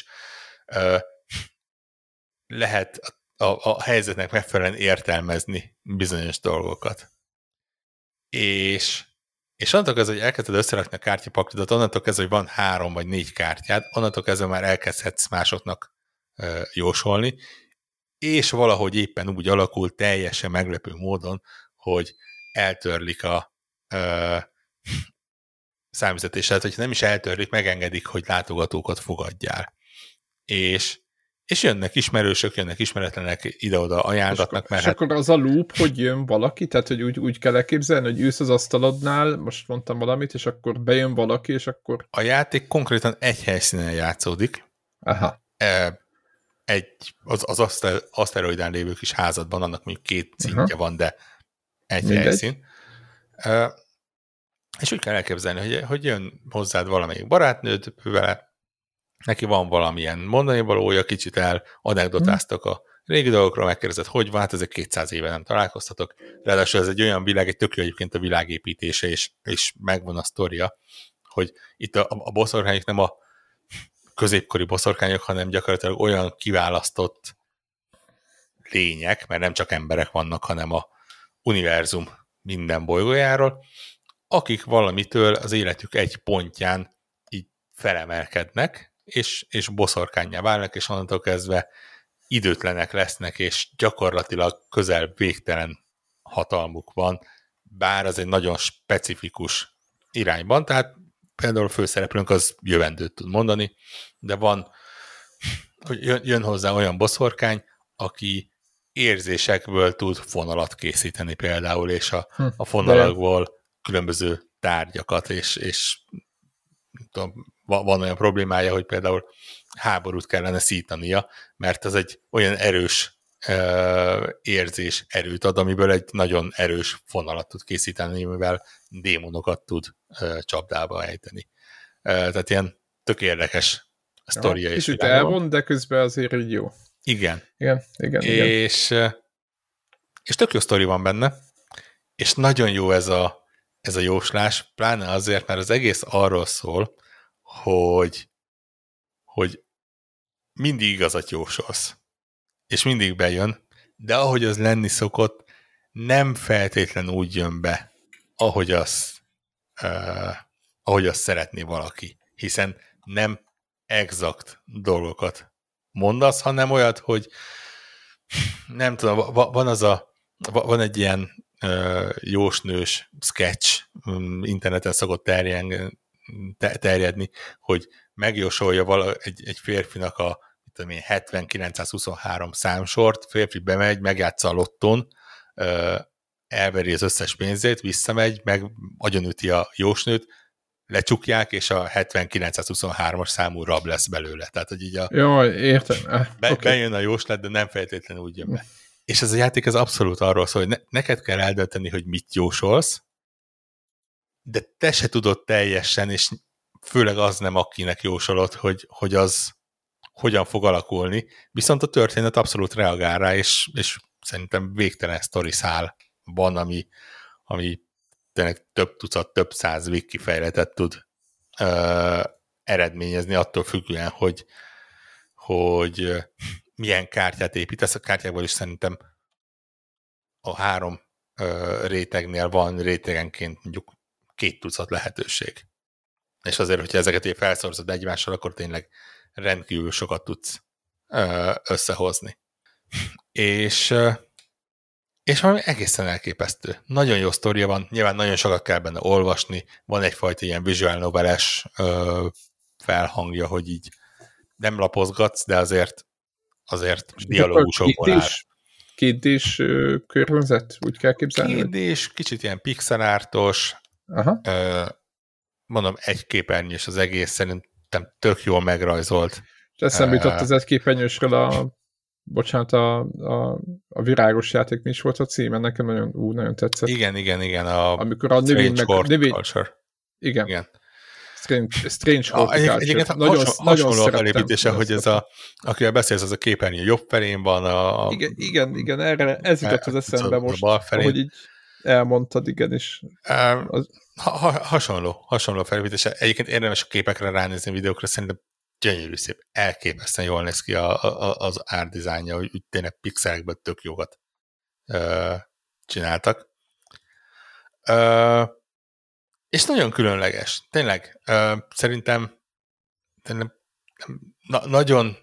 lehet a helyzetnek megfelelően értelmezni bizonyos dolgokat. És onnantól kezdve, hogy elkezded összerakni a kártyapaklidat, onnantól kezdve, hogy van 3 vagy 4 kártyád, onnantól kezdve már elkezdhetsz másoknak jósolni, és valahogy éppen úgy alakul teljesen meglepő módon, hogy eltörlik a számüzetésed, hogyha nem is eltörlik, megengedik, hogy látogatókat fogadjál. És jönnek ismerősök, jönnek ismeretlenek, ide-oda ajánlatnak. És akkor az a loop, hogy jön valaki, tehát hogy úgy kell elképzelni, hogy ülsz az asztalodnál, most mondtam valamit, és akkor bejön valaki, és akkor... A játék konkrétan egy helyszínen játszódik. Aha. Az aszteroidán lévő kis házadban, annak mondjuk 2 szintje van, de egy helyszín. És úgy kell elképzelni, hogy jön hozzád valamelyik barátnőd, vele neki van valamilyen mondani valója, kicsit anekdotáztak a régi dolgokról, megkérdezed, hogy van, hát ezek 200 éve nem találkoztatok. Ráadásul ez egy olyan világ, egy tök jó egyébként a világépítése, és megvan a sztoria, hogy itt a boszorkányok nem a középkori boszorkányok, hanem gyakorlatilag olyan kiválasztott lények, mert nem csak emberek vannak, hanem a univerzum minden bolygójáról, akik valamitől az életük egy pontján így felemelkednek, és boszorkánnyá válnak, és onnantól kezdve időtlenek lesznek, és gyakorlatilag közel végtelen hatalmuk van, bár az egy nagyon specifikus irányban, tehát például a főszereplőnk az jövendőt tud mondani, de van, hogy jön hozzá olyan boszorkány, aki érzésekből tud fonalat készíteni például, és a fonalakból különböző tárgyakat, és tudom, van olyan problémája, hogy például háborút kellene szítania, mert ez egy olyan erős érzés erőt ad, amiből egy nagyon erős fonalat tud készíteni, mivel démonokat tud csapdába ejteni. Tehát ilyen tök érdekes sztoria. Kicsit elvon, de közben azért így jó. Igen. És tök jó sztori van benne, és nagyon jó ez a jóslás, pláne azért, mert az egész arról szól, hogy mindig igazat jósolsz, és mindig bejön, de ahogy az lenni szokott, nem feltétlen úgy jön be, ahogy azt szeretné valaki, hiszen nem exakt dolgokat mondasz, hanem olyat, hogy nem tudom, van egy ilyen jósnős sketch, interneten szokott terjedni, hogy megjósolja egy férfinak a 7923 számsort, férfi bemegy, megjátsza a lottón, elveri az összes pénzét, visszamegy, meg agyonüti a jósnőt, lecsukják, és a 7923-as számú rab lesz belőle. Tehát, hogy így Jaj, értem. Bejön a jóslat, de nem feltétlenül úgy jön be. És ez a játék az abszolút arról szól, hogy neked kell eldönteni, hogy mit jósolsz, de te se tudod teljesen, és főleg az nem, akinek jósolod, hogy az hogyan fog alakulni, viszont a történet abszolút reagál rá, és szerintem végtelen sztoriszál van, ami tényleg több tucat, több száz wiki fejletet tud eredményezni attól függően, hogy milyen kártyát építesz. A kártyákból is szerintem a 3 rétegnél van rétegenként mondjuk 2 tucat lehetőség. És azért, hogyha ezeket felszorzod egymással, akkor tényleg rendkívül sokat tudsz összehozni. És valami egészen elképesztő. Nagyon jó sztoria van, nyilván nagyon sokat kell benne olvasni, van egyfajta ilyen visual noveles felhangja, hogy így nem lapozgatsz, de azért dialógusokból áll. 2D-s környezet, úgy kell képzelni? 2D-s, kicsit ilyen pixelártos, mondom, egy képernyős az egész, szerintem tök jól megrajzolt. És eszembe jutott az egy képernyősről bocsánat, a virágos játék, mi is volt a címe? Nekem nagyon tetszett. Igen. Amikor a növény Culture. Igen. Strange Horticulture. Egyébként hasonló a felépítése, hogy ez akivel beszélsz, az a képernyő jobb felén van. Igen, erre ez jutott az eszembe most, ahogy így elmondtad, igen is. Hasonló felépítése. Egyébként érdemes a képekre ránézni, a videókra, szerintem gyönyörű szép, elképesztően jól néz ki az árdizájnja, hogy úgy tényleg pixelekből tök jókat csináltak. És nagyon különleges. Tényleg, szerintem nagyon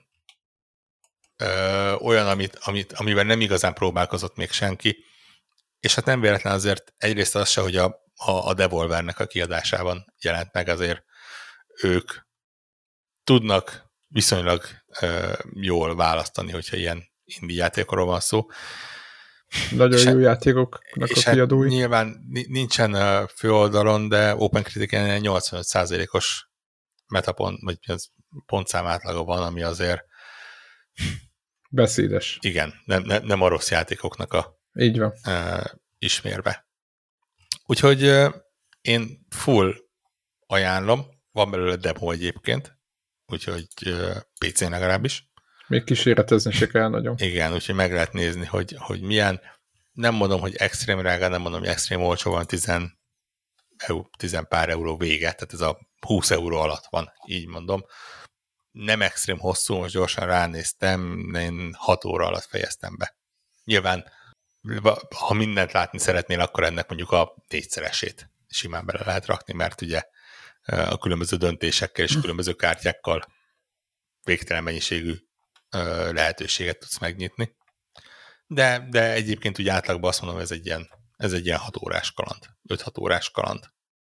olyan, amiben nem igazán próbálkozott még senki, és hát nem véletlen azért egyrészt az se, hogy a Devolvernek a kiadásában jelent meg, azért ők tudnak viszonylag jól választani, hogyha ilyen indie játékokról van szó. Nagyon jó játékoknak a kiadói. Hát nyilván nincsen főoldalon, de OpenCritic-en 85%-os metapont, vagy pontszám átlaga van, ami azért beszédes. Igen, nem a rossz játékoknak így van. Ismérve. Úgyhogy én full ajánlom, van belőle demo egyébként, úgyhogy PC-n legalábbis. Még kísérletezni se kell nagyon. Igen, úgyhogy meg lehet nézni, hogy milyen. Nem mondom, hogy extrém rága, nem mondom, hogy extrém olcsó van, 10 pár euró vége, tehát ez a 20 euró alatt van, így mondom. Nem extrém hosszú, most gyorsan ránéztem, én 6 óra alatt fejeztem be. Nyilván, ha mindent látni szeretnél, akkor ennek mondjuk a 4-szeresét simán bele lehet rakni, mert ugye a különböző döntésekkel és különböző kártyákkal végtelen mennyiségű lehetőséget tudsz megnyitni. De egyébként úgy átlagban azt mondom, ez egy ilyen 6 órás kaland, 5-6 órás kaland.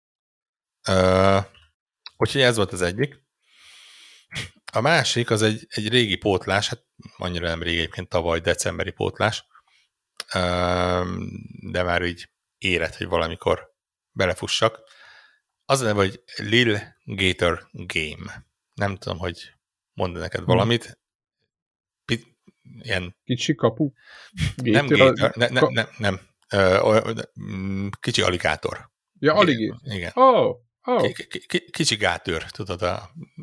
Úgyhogy ez volt az egyik. A másik az egy régi pótlás, hát annyira nem régi, egyébként tavaly decemberi pótlás, de már így érett, hogy valamikor belefussak. Az a neve, hogy Lil Gator Game. Nem tudom, hogy mondd neked valamit. Ilyen... Kicsi kapu? Gator, nem. Kicsi aligátor. Ja, aligátor. Igen. Oh. Kicsi gátőr, tudod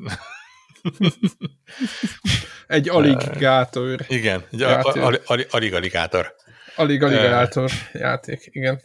egy aligátor. Igen, egy aligaligátor. Aligaligátor játék, igen.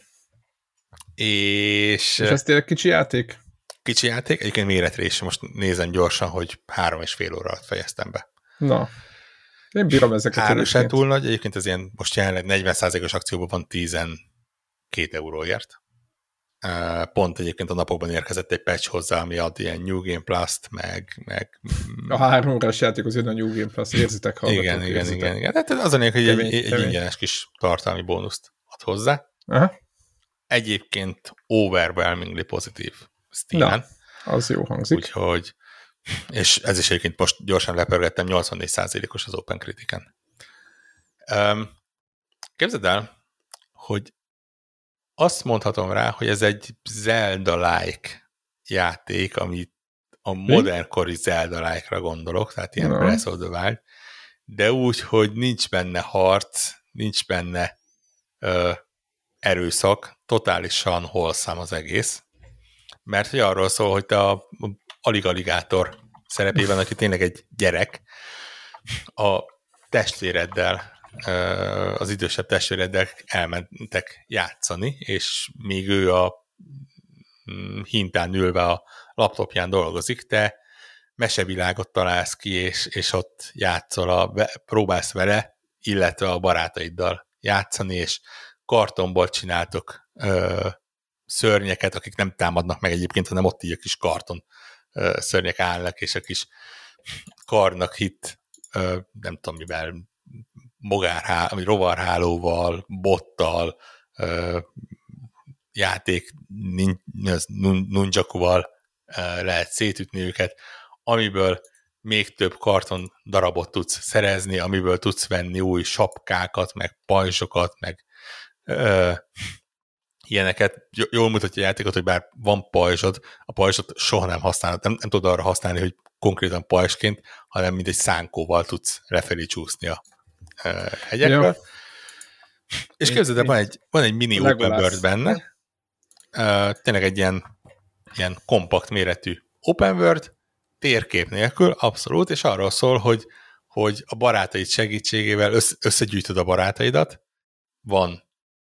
És ez tényleg kicsi játék? Kicsi játék, egyébként méretre is. Most nézem gyorsan, hogy 3,5 óra alatt fejeztem be. Na, én bírom ezeket. Ára sem túl nagy, egyébként ez ilyen, most jelenleg 40%-os akcióban van 12 euróért. Pont egyébként a napokban érkezett egy patch hozzá, ami ad ilyen New Game Plus-t, meg... A 3 órás játék az jön a New Game Plus, érzitek, hallgatók. Igen. Hát az a lényeg, hogy egy ingyenes kis tartalmi bónuszt ad hozzá. Aha. Egyébként overwhelmingly pozitív Steam-en. Na, az jó hangzik. Úgyhogy, és ez is egyébként most gyorsan lepörgettem, 84%-os az OpenCritic-en. Képzeld el, hogy azt mondhatom rá, hogy ez egy Zelda-like játék, amit a modernkori Zelda-like-ra gondolok, tehát ilyen Breath of the Wild, de úgy, hogy nincs benne harc, nincs benne erőszak, totálisan wholesome az egész, mert hogy arról szól, hogy te a aligaligátor szerepében, aki tényleg egy gyerek, a testvéreddel, az idősebb testvéreddel elmentek játszani, és még ő a hintán ülve a laptopján dolgozik, te mesevilágot találsz ki, és ott játszol, próbálsz vele, illetve a barátaiddal játszani, és kartonból csináltok szörnyeket, akik nem támadnak meg egyébként, hanem ott így a kis karton szörnyek állnak, és a kis karnak itt, nem tudom mivel, vagy rovarhálóval, bottal, játék nunchakuval lehet szétütni őket, amiből még több karton darabot tudsz szerezni, amiből tudsz venni új sapkákat, meg pajzsokat, meg ilyeneket jól mutatja a játékot, hogy bár van pajzsod, a pajzsot soha nem használod, nem tudod arra használni, hogy konkrétan pajzsként, hanem mint egy szánkóval tudsz lefelé csúszni a hegyekről. Ja. És képzeld el, van egy mini open world benne, tényleg egy ilyen kompakt méretű open world, térkép nélkül, abszolút, és arról szól, hogy a barátaid segítségével összegyűjtöd a barátaidat, van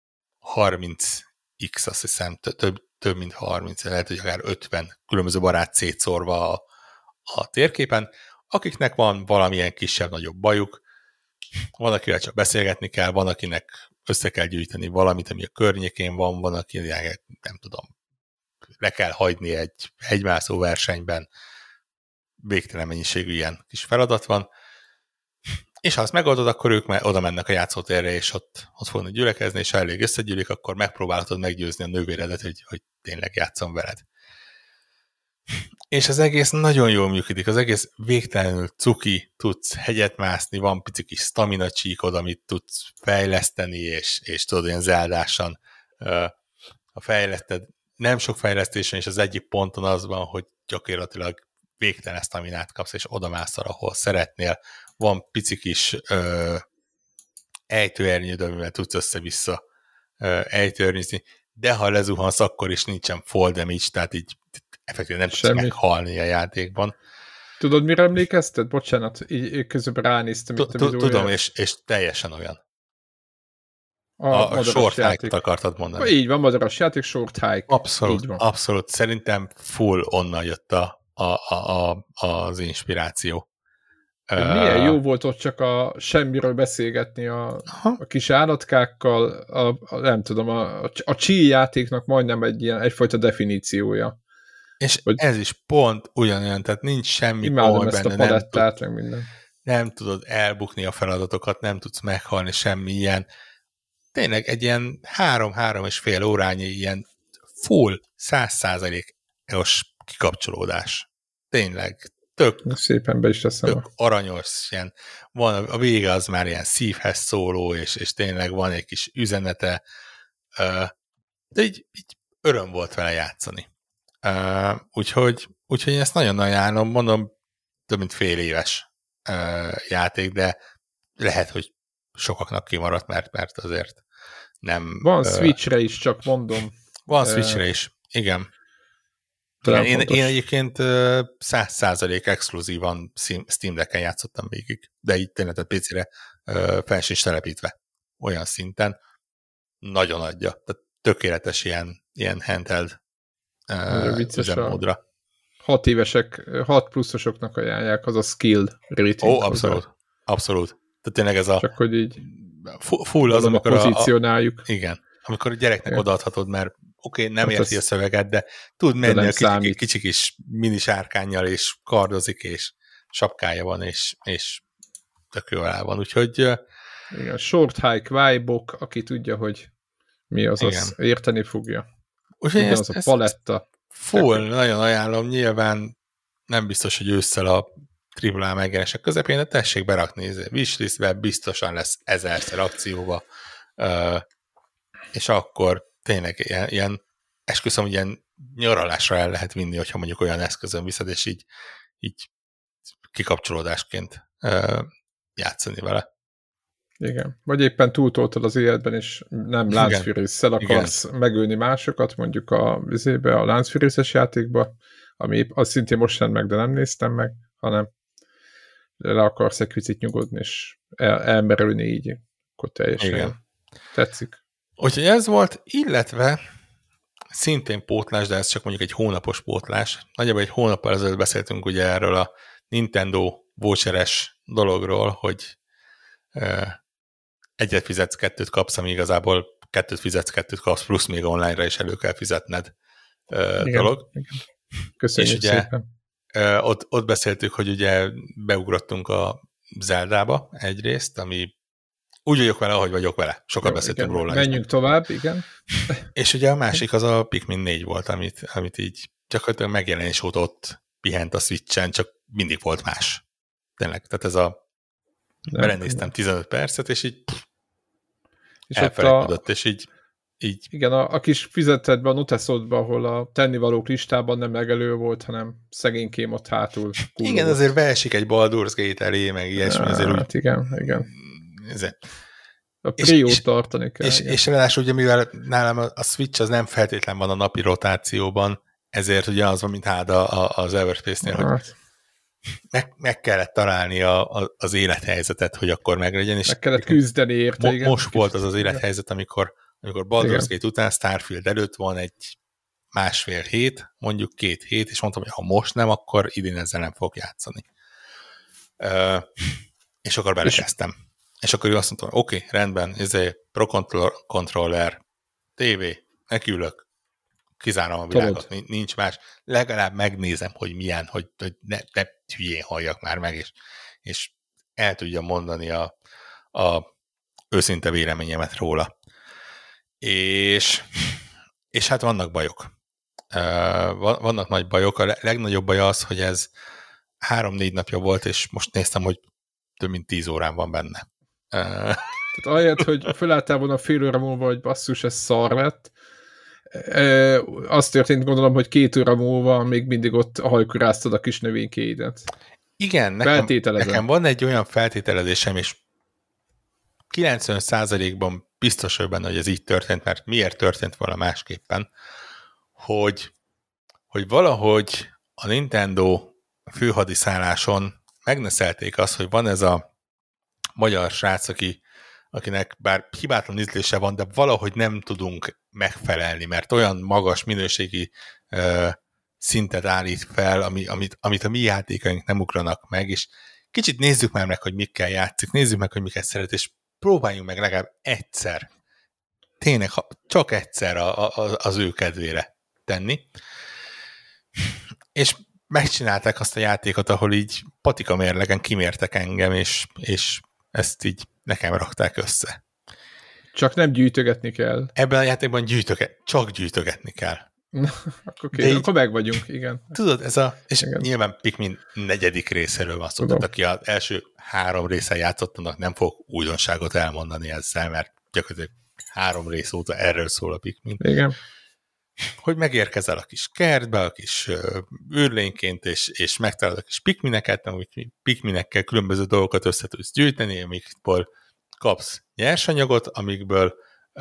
30x, azt hiszem, több mint 30, lehet, hogy akár 50 különböző barát szétszórva a térképen, akiknek van valamilyen kisebb-nagyobb bajuk, van, akivel csak beszélgetni kell, van, akinek össze kell gyűjteni valamit, ami a környékén van, akinek, nem tudom, le kell hagyni egy hegymászó versenyben, végtelen mennyiségű ilyen kis feladat van, és ha azt megoldod, akkor ők oda mennek a játszótérre, és ott fognak gyülekezni, és ha elég összegyűlik, akkor megpróbálhatod meggyőzni a nővéredet, hogy tényleg játszom veled. És az egész nagyon jól működik, az egész végtelenül cuki, tudsz hegyet mászni, van pici kis stamina csíkod, amit tudsz fejleszteni, és tudod, ilyen zeldásan a fejleszted, nem sok fejlesztésen, és az egyik ponton az van, hogy gyakorlatilag végtelen staminát kapsz, és oda mászol, ahol szeretnél. Van pici kis ejtőernyőd, amivel tudsz össze-vissza ejtőernyőzni, de ha lezuhansz, akkor is nincsen fall damage, tehát így effektíven nem tudsz meghalni a játékban. Tudod, mire emlékezted? Bocsánat, így közben ránéztem itt a videója. Tudom, és teljesen olyan. A short hike-t akartad mondani. Így van, madaras játék, short hike. Abszolút. Szerintem full onnan jött az inspiráció. Milyen jó volt ott csak semmiről beszélgetni a kis állatkákkal, nem tudom, a chill játéknak majdnem egyfajta definíciója. És ez is pont ugyanolyan, tehát nincs semmi imádom ezt benne, a palettát, meg minden. Nem tudod elbukni a feladatokat, nem tudsz meghalni, semmi ilyen. Tényleg egy ilyen 3-3,5 órányi ilyen full 100%-os kikapcsolódás. Tényleg tök szépen be is teszem. Tök aranyos, ilyen, van, a vége az már ilyen szívhez szóló, és tényleg van egy kis üzenete, de így öröm volt vele játszani. Úgyhogy én ezt nagyon ajánlom, mondom, több mint fél éves játék, de lehet, hogy sokaknak kimaradt, mert azért nem... Van Switchre is, csak mondom. Van Switchre is, igen. Én egyébként 100% exkluzívan Steam Decken játszottam végig, de így tényleg a PC-re fel sincs telepítve olyan szinten. Nagyon adja. Tehát tökéletes ilyen handheld üzemmódra. 6 pluszosoknak ajánlják, az a skill rating. Ó, abszolút. Tehát tényleg ez a... Csak hogy így full az, amikor pozícionáljuk. Igen. Amikor a gyereknek odaadhatod, mert nem érti a szöveget, de tud menni a kicsi kis mini sárkánnyal, és kardozik, és sapkája van, és tök jól el van. Úgyhogy... Igen, short hike vibe-ok, aki tudja, hogy mi az érteni fogja. Úgyhogy az a paletta. Full, nagyon ajánlom. Nyilván nem biztos, hogy ősszel a AAA megjelenések közepén, de tessék berakni wishlistbe, biztosan lesz 1000-szer akcióba, és akkor tényleg ilyen esküszöm, hogy ilyen nyaralásra el lehet vinni, hogyha mondjuk olyan eszközön viszed, és így kikapcsolódásként játszani vele. Igen. Vagy éppen túltoltad az életben, és nem láncfűrésszel akarsz megölni másokat, mondjuk a láncfűrészes játékba, ami az szintén most sem meg, de nem néztem meg, hanem le akarsz egy picit nyugodni, és elmerülni így, akkor teljesen tetszik. Úgyhogy ez volt, illetve szintén pótlás, de ez csak mondjuk egy hónapos pótlás. Nagyjából egy hónappal ezelőtt beszéltünk ugye erről a Nintendo voucheres dologról, hogy egyet fizetsz, 2 kapsz, ami igazából 2 fizetsz, 2 kapsz, plusz még online-ra is elő kell fizetned dolog. Igen. Köszönjük és ugye, szépen. Ott beszéltük, hogy ugye beugrottunk a Zeldába egyrészt, ami úgy vagyok vele, ahogy vagyok vele. Sokat beszéltünk róla. Menjünk tovább, igen. És ugye a másik az a Pikmin 4 volt, amit így gyakorlatilag megjelenés óta ott pihent a Switchen, csak mindig volt más. Tényleg, tehát ez belenéztem 15 percet, és így elfelejtődött, és így így. Igen, a kis fizetetben, a noteszodban, ahol a tennivalók listában nem legelő volt, hanem szegénykém ott hátul kullogott. Igen, azért beesik egy Baldur's Gate elé, meg ilyesmi, azért úgy... Hát igen. Ezért. A priót tartani kell. És ráadásul ugye, mivel nálam a Switch az nem feltétlen van a napi rotációban, ezért ugye az van, mint az Everspace-nél, hogy meg kellett találni az élethelyzetet, hogy akkor meglegyen. És meg kellett küzdeni érte, igen. Most volt az élethelyzet, amikor Baldur's Gate után Starfield előtt van egy 1,5 hét, mondjuk 2 hét, és mondtam, hogy ha most nem, akkor idén ezzel nem fog játszani. És akkor belekezdtem. És akkor ő azt mondta, hogy oké, rendben, Pro Controller, TV, nekiülök, kizárom a világot, nincs más. Legalább megnézem, hogy milyen, hogy ne hülyén halljak már meg, és el tudjam mondani a őszinte véleményemet róla. És hát vannak bajok. Vannak nagy bajok. A legnagyobb baj az, hogy ez 3-4 napja volt, és most néztem, hogy több mint 10 órán van benne. Tehát ahelyett, hogy felálltál volna fél óra múlva, hogy basszus, ez szar lett, azt történt, gondolom, hogy 2 óra múlva még mindig ott hajkuráztad a kis növénykéidet. Igen, nekem van egy olyan feltételezésem, és 90%-ban biztos vagy benne, hogy ez így történt, mert miért történt volna másképpen, hogy valahogy a Nintendo főhadiszálláson megneszelték azt, hogy van ez a magyar srác, akinek bár hibátlan ízlése van, de valahogy nem tudunk megfelelni, mert olyan magas minőségi szintet állít fel, amit a mi játékaink nem ugranak meg, és kicsit nézzük már meg, hogy mikkel játszik, nézzük meg, hogy miket szeret, és próbáljunk meg legalább egyszer, tényleg csak egyszer az ő kedvére tenni. És megcsinálták azt a játékot, ahol így patika mérlegen kimértek engem, és ezt így nekem rakták össze. Csak nem gyűjtögetni kell. Ebben a játékban csak gyűjtögetni kell. Akkor meg vagyunk, igen. Tudod, és igen. Nyilván Pikmin 4. részéről van szó, tehát aki az első 3 részen játszottanak, nem fog újdonságot elmondani ezzel, mert gyakorlatilag 3 rész óta erről szól a Pikmin. Igen. Hogy megérkezel a kis kertbe, a kis őrlényként, és megtalálod a kis pikmineket, amik pikminekkel különböző dolgokat össze tudsz gyűjteni, amikből kapsz nyersanyagot, amikből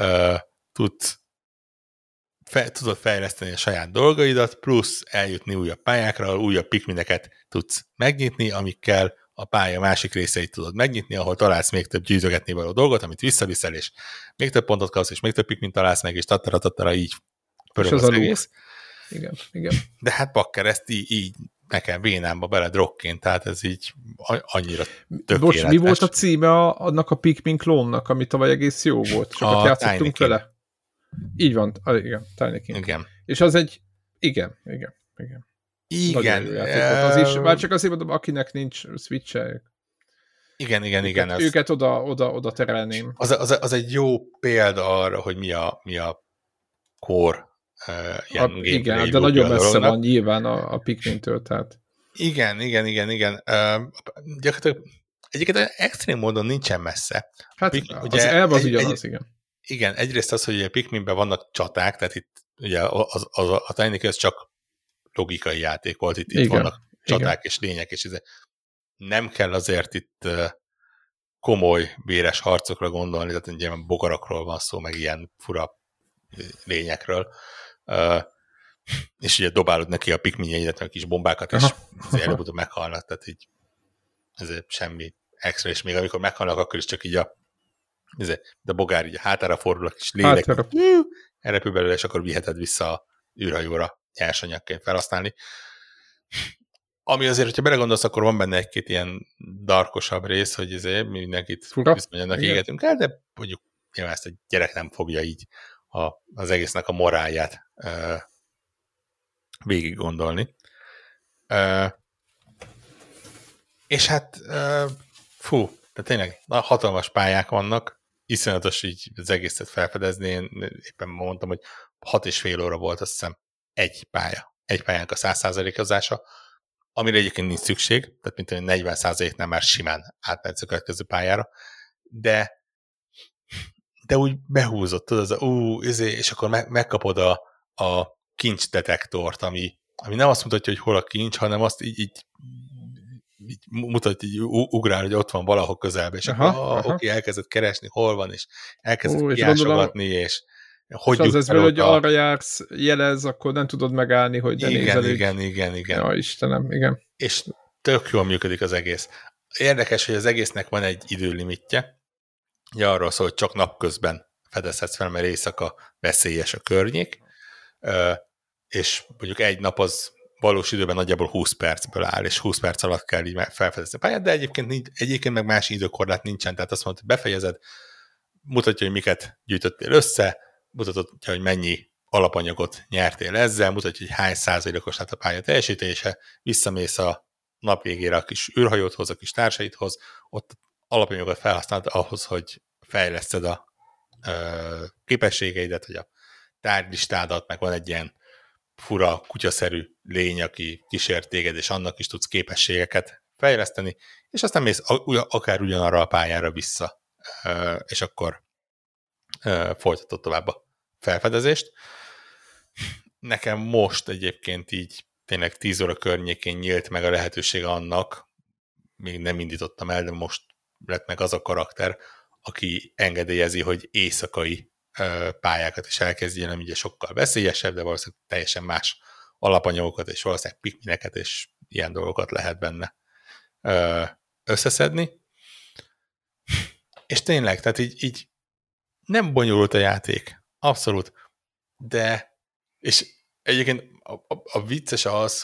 tudod fejleszteni a saját dolgaidat, plusz eljutni újabb pályákra, ahol újabb pikmineket tudsz megnyitni, amikkel a pálya másik részeit tudod megnyitni, ahol találsz még több gyűjtögetni való dolgot, amit visszaviszel, és még több pontot kapsz, és még több pikmin találsz meg, és tattara így pörög az egész. Igen. De hát bakker, ezt így nekem vénámba bele drogként, tehát ez így annyira tökéletes. Bocs, mi volt a címe annak a Pikmin klónnak, ami tavaly egész jó volt? Sokat játszottunk vele? Így van, igen, Tiny King. Igen. És az egy, igen. Igen. Az is, már csak azért mondom, akinek nincs Switch-e. Igen. Őket oda terelném. Az egy jó példa arra, hogy mi a core igen, de nagyon messze van nyilván a Pikmin-től, tehát. Igen. Gyakorlatilag egyébként extrém módon nincsen messze. Hát az elv az ugyanaz, igen. Igen, egyrészt az, hogy a Pikminben vannak csaták, tehát itt ugye a Tiny King az csak logikai játék volt, itt vannak csaták és lények, és nem kell azért itt komoly, véres harcokra gondolni, tehát ugye bogarakról van szó, meg ilyen fura lényekről. És ugye dobálod neki a pikminjeidet, meg kis bombákat, és előbb-utóbb meghalnak, tehát így ezért semmi extra, és még amikor meghalnak, akkor is csak így de bogár így a hátára fordul, a kis lélek, elrepül belőle, és akkor viheted vissza a űrhajóra nyersanyagként felhasználni. Ami azért, hogyha belegondolsz, akkor van benne egy-két ilyen darkosabb rész, hogy mindenkit bizonyanak égetünk el, de mondjuk nyilván ezt a gyerek nem fogja így az egésznek a morálját végig gondolni. És hát de tényleg hatalmas pályák vannak, iszonyatos így az egészet felfedezni. Én éppen mondtam, hogy 6,5 óra volt, azt hiszem, egy pályának a 100%-ozása, amire egyébként nincs szükség, tehát mint 40%-nál már simán átmehetsz a következő pályára, de de úgy behúzott, tudod, és akkor megkapod a kincsdetektort, ami nem azt mutatja, hogy hol a kincs, hanem azt így mutatja, így ugrál, hogy ott van valahol közelben, és akkor oké, elkezdett keresni, hol van, és elkezdett kiásogatni, és hogy az ez hogy arra jársz, jelez, akkor nem tudod megállni, hogy ne nézel. Igen. Ja, Istenem, igen. És tök jól működik az egész. Érdekes, hogy az egésznek van egy időlimitje. Ugye arról szól, hogy csak napközben fedezhetsz fel, mert éjszaka veszélyes a környék, és mondjuk egy nap az valós időben nagyjából 20 percből áll, és 20 perc alatt kell így felfedezni a pályát, de egyébként meg más időkorlát nincsen, tehát azt mondod, hogy befejezed, mutatja, hogy miket gyűjtöttél össze, mutatja, hogy mennyi alapanyagot nyertél ezzel, mutatja, hogy hány százalékos lett a pálya teljesítése, visszamész a nap végére a kis űrhajódhoz, a kis társaidhoz, ott alapanyagokat felhasználod ahhoz, hogy fejleszted a képességeidet, hogy a tárgylistádat, meg van egy ilyen fura, kutyaszerű lény, aki kísér téged, és annak is tudsz képességeket fejleszteni, és aztán mész akár ugyanarra a pályára vissza, és akkor folytatod tovább a felfedezést. Nekem most egyébként így tényleg 10 óra környékén nyílt meg a lehetősége annak, még nem indítottam el, de most lett meg az a karakter, aki engedélyezi, hogy éjszakai pályákat is elkezdjen, ami ugye sokkal veszélyesebb, de valószínűleg teljesen más alapanyagokat, és valószínűleg pikmineket, és ilyen dolgokat lehet benne összeszedni. És tényleg, tehát így nem bonyolult a játék, abszolút, de, és egyébként a vicces az,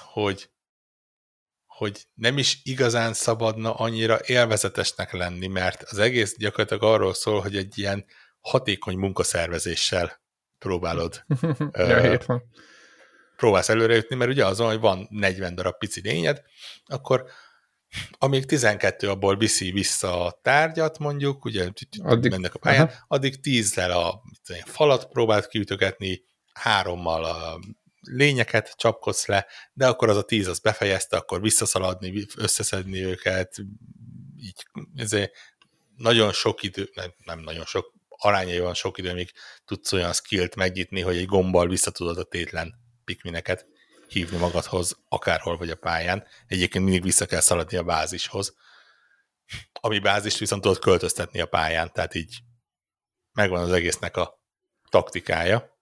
hogy nem is igazán szabadna annyira élvezetesnek lenni, mert az egész gyakorlatilag arról szól, hogy egy ilyen hatékony munkaszervezéssel próbálod. Próbálsz előrejutni, mert ugye azon, hogy van 40 darab pici lényed, akkor amíg 12 abból viszi vissza a tárgyat, mondjuk, ugye mennek a pályán, addig 10-zel a falat próbált kiütögetni, 3-mal a lényeket csapkodsz le, de akkor az a 10 az befejezte, akkor visszaszaladni, összeszedni őket, így ezért nagyon sok idő, nem nagyon sok, arányaiban sok idő, amíg tudsz olyan skillt megnyitni, hogy egy gombbal visszatudod a tétlen pikmineket hívni magadhoz, akárhol vagy a pályán. Egyébként mindig vissza kell szaladni a bázishoz. Ami bázist viszont tudod költöztetni a pályán, tehát így megvan az egésznek a taktikája.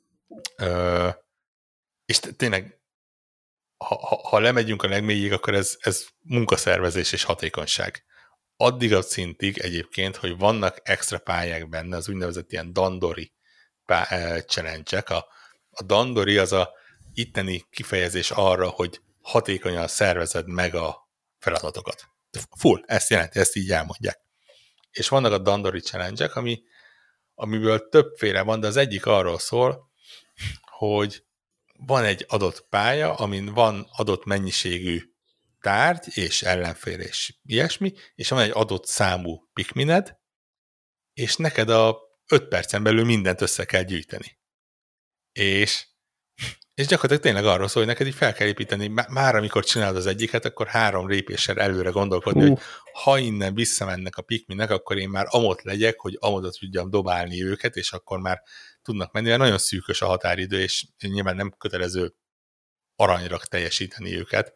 És tényleg, ha lemegyünk a legmélyig, akkor ez munkaszervezés és hatékonyság. Addig a szintig egyébként, hogy vannak extra pályák benne, az úgynevezett ilyen dandori challenge-ek. A dandori az a itteni kifejezés arra, hogy hatékonyan szervezed meg a feladatokat. Full, ezt jelenti, ezt így elmondják. És vannak a dandori challenge-ek, amiből többféle van, de az egyik arról szól, hogy van egy adott pálya, amin van adott mennyiségű tárgy és ellenfél és ilyesmi, és van egy adott számú pikmined, és neked a 5 percen belül mindent össze kell gyűjteni. És gyakorlatilag tényleg arról szól, hogy neked így fel kell építeni, már amikor csinálod az egyiket, akkor 3 lépéssel előre gondolkodni, hogy ha innen visszamennek a pikminek, akkor én már amott legyek, hogy amodat tudjam dobálni őket, és akkor már tudnak menni, mert nagyon szűkös a határidő, és nyilván nem kötelező aranyra teljesíteni őket.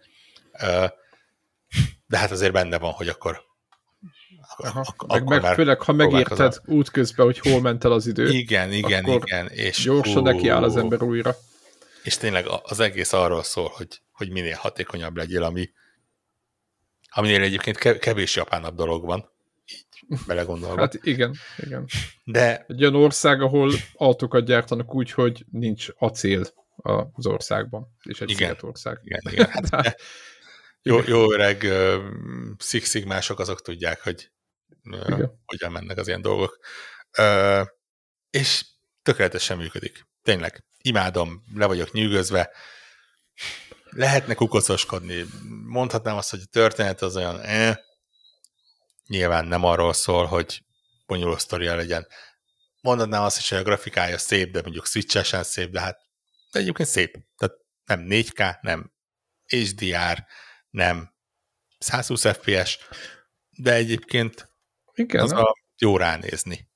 De hát azért benne van, hogy akkor meg főleg, ha megérted útközben, hogy hol ment el az idő. Igen. És gyorsan neki áll az ember újra. És tényleg az egész arról szól, hogy minél hatékonyabb legyél, aminél egyébként kevés japánabb dolog van, így belegondolva. Hát igen. De egy olyan ország, ahol autókat gyártanak úgy, hogy nincs acél az országban, és egy szigetország. Igen. Hát, jó öreg Six Sigmások azok tudják, hogy hogyan mennek az ilyen dolgok. És tökéletesen működik. Tényleg. Imádom, le vagyok nyűgözve. Lehetne kukocoskodni. Mondhatnám azt, hogy a történet az olyan nyilván nem arról szól, hogy bonyolult sztoria legyen. Mondhatnám azt is, hogy a grafikája szép, de mondjuk switch-esen szép, de egyébként szép. Tehát nem 4K, nem HDR, nem 120 FPS, de egyébként igen, az jó ránézni.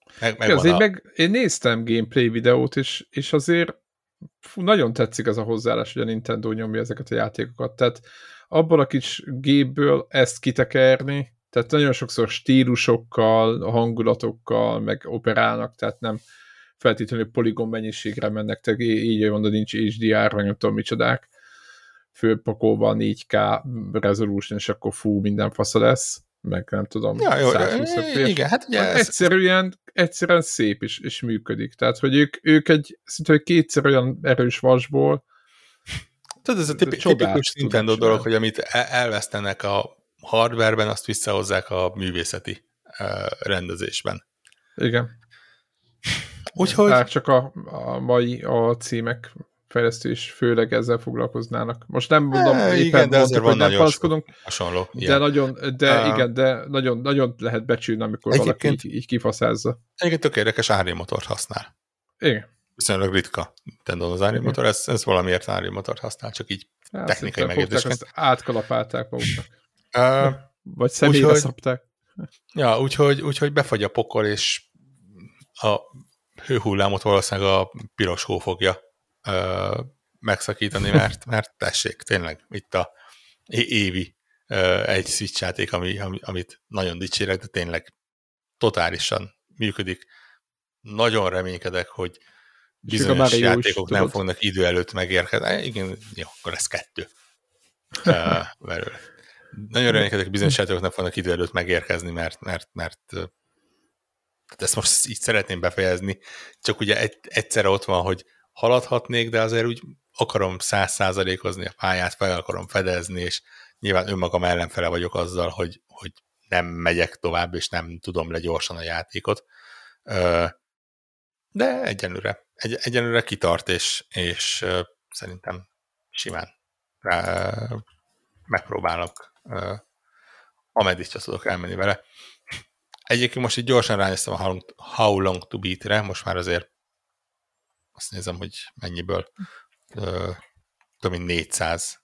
Én néztem gameplay videót, és azért nagyon tetszik ez a hozzáállás, hogy a Nintendo nyomja ezeket a játékokat. Tehát abból a kis gépből ezt kitekerni, tehát nagyon sokszor stílusokkal, hangulatokkal, meg operálnak, tehát nem feltétlenül poligon mennyiségre mennek, tehát így mondod, nincs HDR, vagy nem tudom micsodák, fölpakolva 4K resolution, és akkor minden fasza lesz, meg nem tudom, ja, jó, 120 FPS. Igen, hát ugye egyszerűen szép és működik. Tehát, hogy ők szinte kétszer olyan erős vasból. Tudod, ez a tipikus Nintendo dolog, hogy amit elvesztenek a hardwareben, azt visszahozzák a művészeti rendezésben. Igen. Úgyhogy... Bár csak a mai címek fejlesztő is főleg ezzel foglalkoznának. Most nem mondom, éppen de mondtuk, hogy nem panaszkodunk, hasonló. de nagyon lehet becsülni, amikor valaki így kifaszázza. Egyébként tök érdekes Unreal motort használ. Igen. Viszonylag ritka Nintendo az Unreal motor, ez valamiért Unreal motort használ, csak így technikai megértésként. Átkalapálták maguknak. Vagy személyre szabták. Ja, úgyhogy befagy a pokol, és a hőhullámot valószínűleg a piros hó fogja megszakítani, mert tessék, tényleg itt a évi egy Switch játék, amit nagyon dicsérek, de tényleg totálisan működik. Nagyon reménykedek, hogy bizonyos játékok nem fognak idő előtt megérkezni. Igen, jó, akkor ez 2. Nagyon reménykedek, hogy bizonyos játékok nem fognak idő előtt megérkezni, mert ezt most így szeretném befejezni, csak ugye egyszerre ott van, hogy haladhatnék, de azért úgy akarom 100%-ozni a pályát, fel akarom fedezni, és nyilván önmagam ellenfele vagyok azzal, hogy nem megyek tovább, és nem tudom le gyorsan a játékot. De egyenlőre kitart, és szerintem simán megpróbálok, ameddig csak tudok elmenni vele. Egyébként most így gyorsan ránéztem a How Long to Beat-re, most már azért azt nézem, hogy mennyiből több mint 400,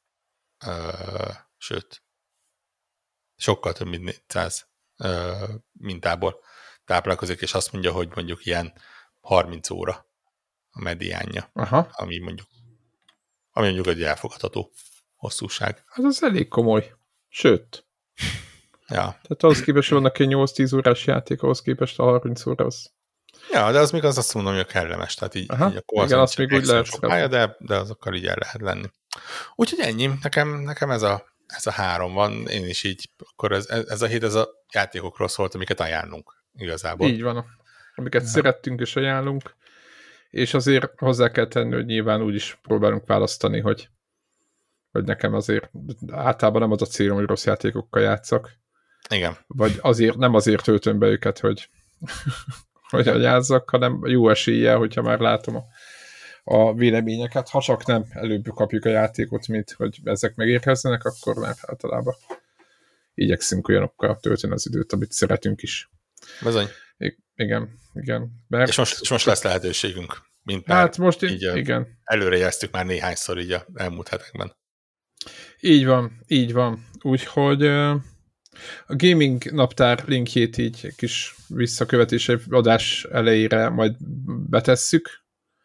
sőt, sokkal több mint 400 mintából táplálkozik, és azt mondja, hogy mondjuk ilyen 30 óra a mediánja, ami mondjuk egy elfogadható hosszúság. Hát az elég komoly. Sőt. Ja. Tehát ahhoz képest vannak egy 8-10 órás játék, ahhoz képest a 30 óra az. Ja, de az még azt mondom, hogy a kellemes. Tehát így akkor igen, azt még úgy lehet. Pálya, de azokkal így el lehet lenni. Úgyhogy ennyi. Nekem ez a 3 van. Én is így, akkor ez a hét, ez a játékokról szólt, amiket ajánlunk igazából. Így van. Amiket szerettünk és ajánlunk. És azért hozzá kell tenni, hogy nyilván úgy is próbálunk választani, hogy nekem azért általában nem az a célom, hogy rossz játékokkal játszak. Igen. Vagy nem azért töltöm be őket, hogy agyázzak, hanem jó eséllyel, hogyha már látom a véleményeket. Ha csak nem előbb kapjuk a játékot, mint hogy ezek megérkezzenek, akkor már általában igyekszünk olyanokkal tölteni az időt, amit szeretünk is. Bizony. Igen. Mert... És most lesz lehetőségünk, mint már hát most igen. Előrejelztük már néhányszor így a elmúlt hetekben. Így van. Úgyhogy a gaming naptár linkjét így kis visszakövetése adás elejére majd betesszük.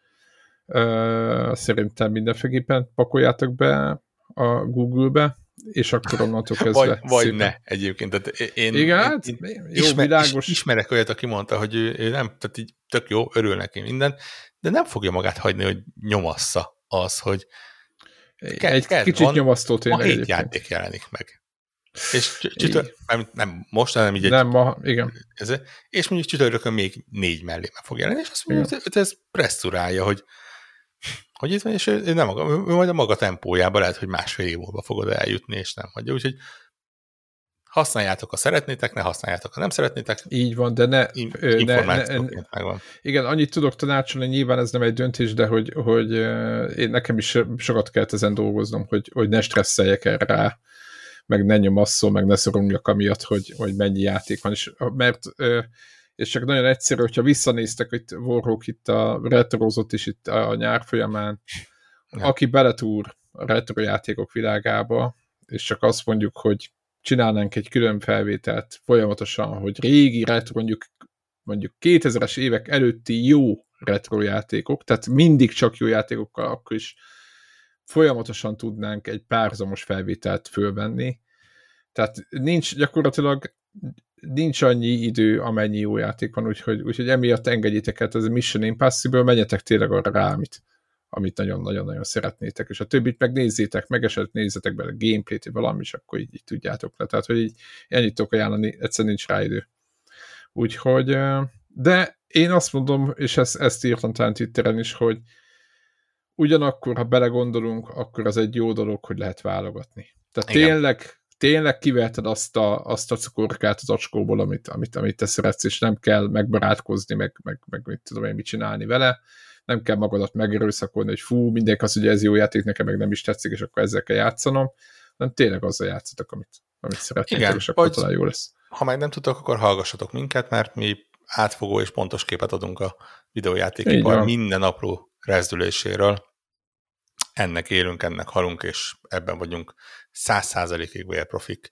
Szerintem mindenféleképpen pakoljátok be a Google-be, és akkor onnantól kezdve. Vagy ne egyébként. Tehát én ismerek olyat, aki mondta, hogy ő nem, tehát így tök jó, örül neki minden, de nem fogja magát hagyni, hogy nyomassza az, hogy kicsit nyomasztó tényleg. Ma 7 játék jelenik meg. És nem most, hanem így nem ma, igen. És mondjuk csütörtökön még 4 mellé meg fog jelenni, és azt mondja, hogy ez presszurálja, hogy itt van, és ő majd a maga tempójában lehet, hogy másfél év múlva fog oda eljutni, és nem hagyja. Úgyhogy használjátok, ha szeretnétek, ne használjátok, ha nem szeretnétek. Így van, de ne megvan. Igen, annyit tudok tanácsolni, nyilván ez nem egy döntés, de hogy én nekem is sokat kellett ezen dolgoznom, hogy ne stresszeljek erre rá, meg ne nyomasszol, meg ne szorongjak amiatt, hogy mennyi játék van. És csak nagyon egyszerű, hogyha visszanéztek, hogy Warhawk itt a retrozott is itt a nyár folyamán, aki beletúr a retro játékok világába, és csak azt mondjuk, hogy csinálnánk egy külön felvételt folyamatosan, hogy régi retro, mondjuk mondjuk 2000-es évek előtti jó retro játékok, tehát mindig csak jó játékokkal, akkor is folyamatosan tudnánk egy párhuzamos felvételt fölvenni. Tehát gyakorlatilag nincs annyi idő, amennyi jó játék van, úgyhogy emiatt engedjétek el, ez a Mission Impossible, menjetek tényleg arra rá, amit nagyon-nagyon szeretnétek, és a többit megnézzétek, esetleg nézzetek bele gameplayt, vagy valami, és akkor így tudjátok le. Tehát, hogy így ennyit tudok ajánlani, egyszerűen nincs rá idő. Úgyhogy, de én azt mondom, és ezt írtam talán Twitteren is, hogy ugyanakkor, ha belegondolunk, akkor az egy jó dolog, hogy lehet válogatni. Tehát tényleg kiveheted azt a cukorkát az acskóból, amit te szeretsz, és nem kell megbarátkozni, meg mit tudom én, mit csinálni vele, nem kell magadat megerőszakolni, hogy fú, mindenki azt, hogy ez jó játék, nekem meg nem is tetszik, és akkor ezzel kell játszanom, hanem tényleg azzal játszatok, amit szeretnétek, és akkor talán jó lesz. Ha meg nem tudtok, akkor hallgassatok minket, mert mi átfogó és pontos képet adunk a videójátékipar minden apró rezdüléséről. Ennek élünk, ennek halunk, és ebben vagyunk 100%-ig vérprofik.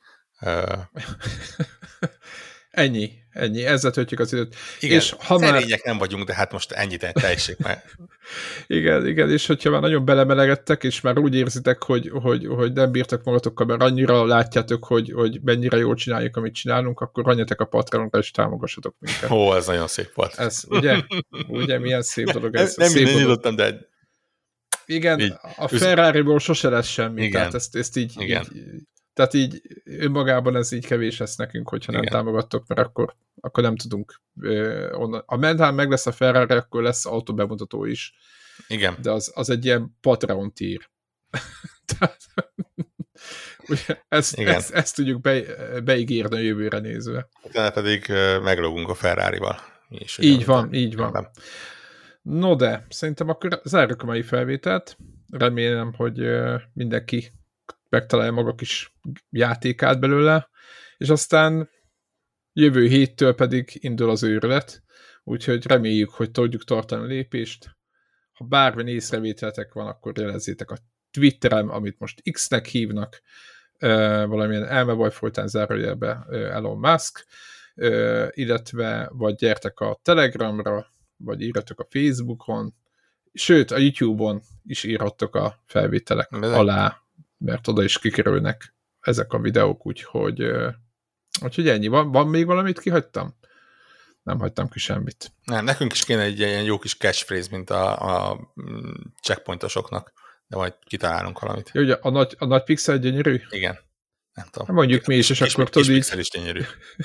Ennyi. Ezzel töltjük az időt. Igen, és ha szerények nem vagyunk, de hát most ennyit teljessék meg. igen, és hogyha már nagyon belemelegettek, és már úgy érzitek, hogy nem bírtak magatokkal, mert annyira látjátok, hogy mennyire jól csináljuk, amit csinálunk, akkor menjetek a Patreonra, és támogassatok minket. Ó, ez nagyon szép volt. Ez, ugye milyen szép dolog ez. Nem minden nyitottam, de... Igen, így, a Ferrari-ból sose lesz semmi, igen, tehát ezt így tehát így önmagában ez így kevés lesz nekünk, hogyha nem támogattok, mert akkor nem tudunk. A mentán meg lesz a Ferrari, akkor lesz autóbemutató is. Igen. De az egy ilyen Patreon tier. Tehát, ugye, ezt tudjuk beígérni a jövőre nézve. Utána pedig meglogunk a Ferrari-val. Így van. No de, szerintem akkor zárjuk a mai felvételt. Remélem, hogy mindenki megtalálja maga kis játékát belőle, és aztán jövő héttől pedig indul az őrület, úgyhogy reméljük, hogy tudjuk tartani a lépést. Ha bármilyen észrevételetek van, akkor jelezzétek a Twitterem, amit most X-nek hívnak, valamilyen elmebaj folytán zárójelbe Elon Musk, illetve vagy gyertek a Telegramra, vagy írjatok a Facebookon, sőt, a YouTube-on is írhattok a felvételek alá, mert oda is kikerülnek ezek a videók, úgyhogy ennyi. Van még valamit kihagytam? Nem hagytam ki semmit. Nem, nekünk is kéne egy ilyen jó kis catchphrase, mint a checkpointosoknak, de majd kitalálunk valamit. Jó, ugye a nagy pixel gyönyörű? Igen. Nem tudom. Mondjuk mi is, és akkor tudod így... pixel is gyönyörű.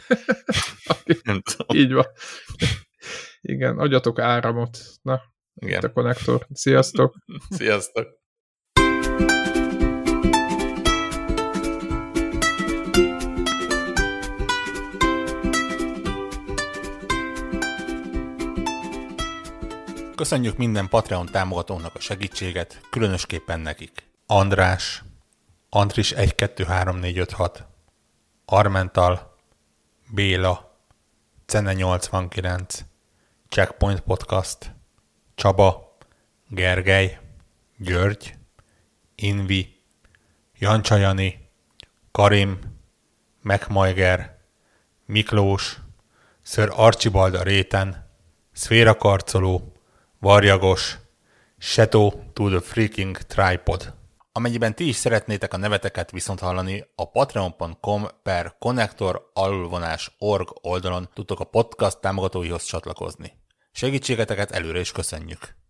Így van. Igen, adjatok áramot. Na, igen. Itt a konnektor. Sziasztok! Sziasztok! Köszönjük minden Patreon támogatónak a segítséget, különösképpen nekik. András, Andris 123456, Armental, Béla, Cene 89, Checkpoint Podcast, Csaba, Gergely, György, Invi, Jancsajani, Karim, Megmajger, Miklós, Sir Archibald a Réten, Szféra Karcoló, Varjagos, Shadow to the Freaking Tripod. Amennyiben ti is szeretnétek a neveteket viszont hallani, a patreon.com/connector_org oldalon tudtok a podcast támogatóihoz csatlakozni. Segítségeteket előre is köszönjük!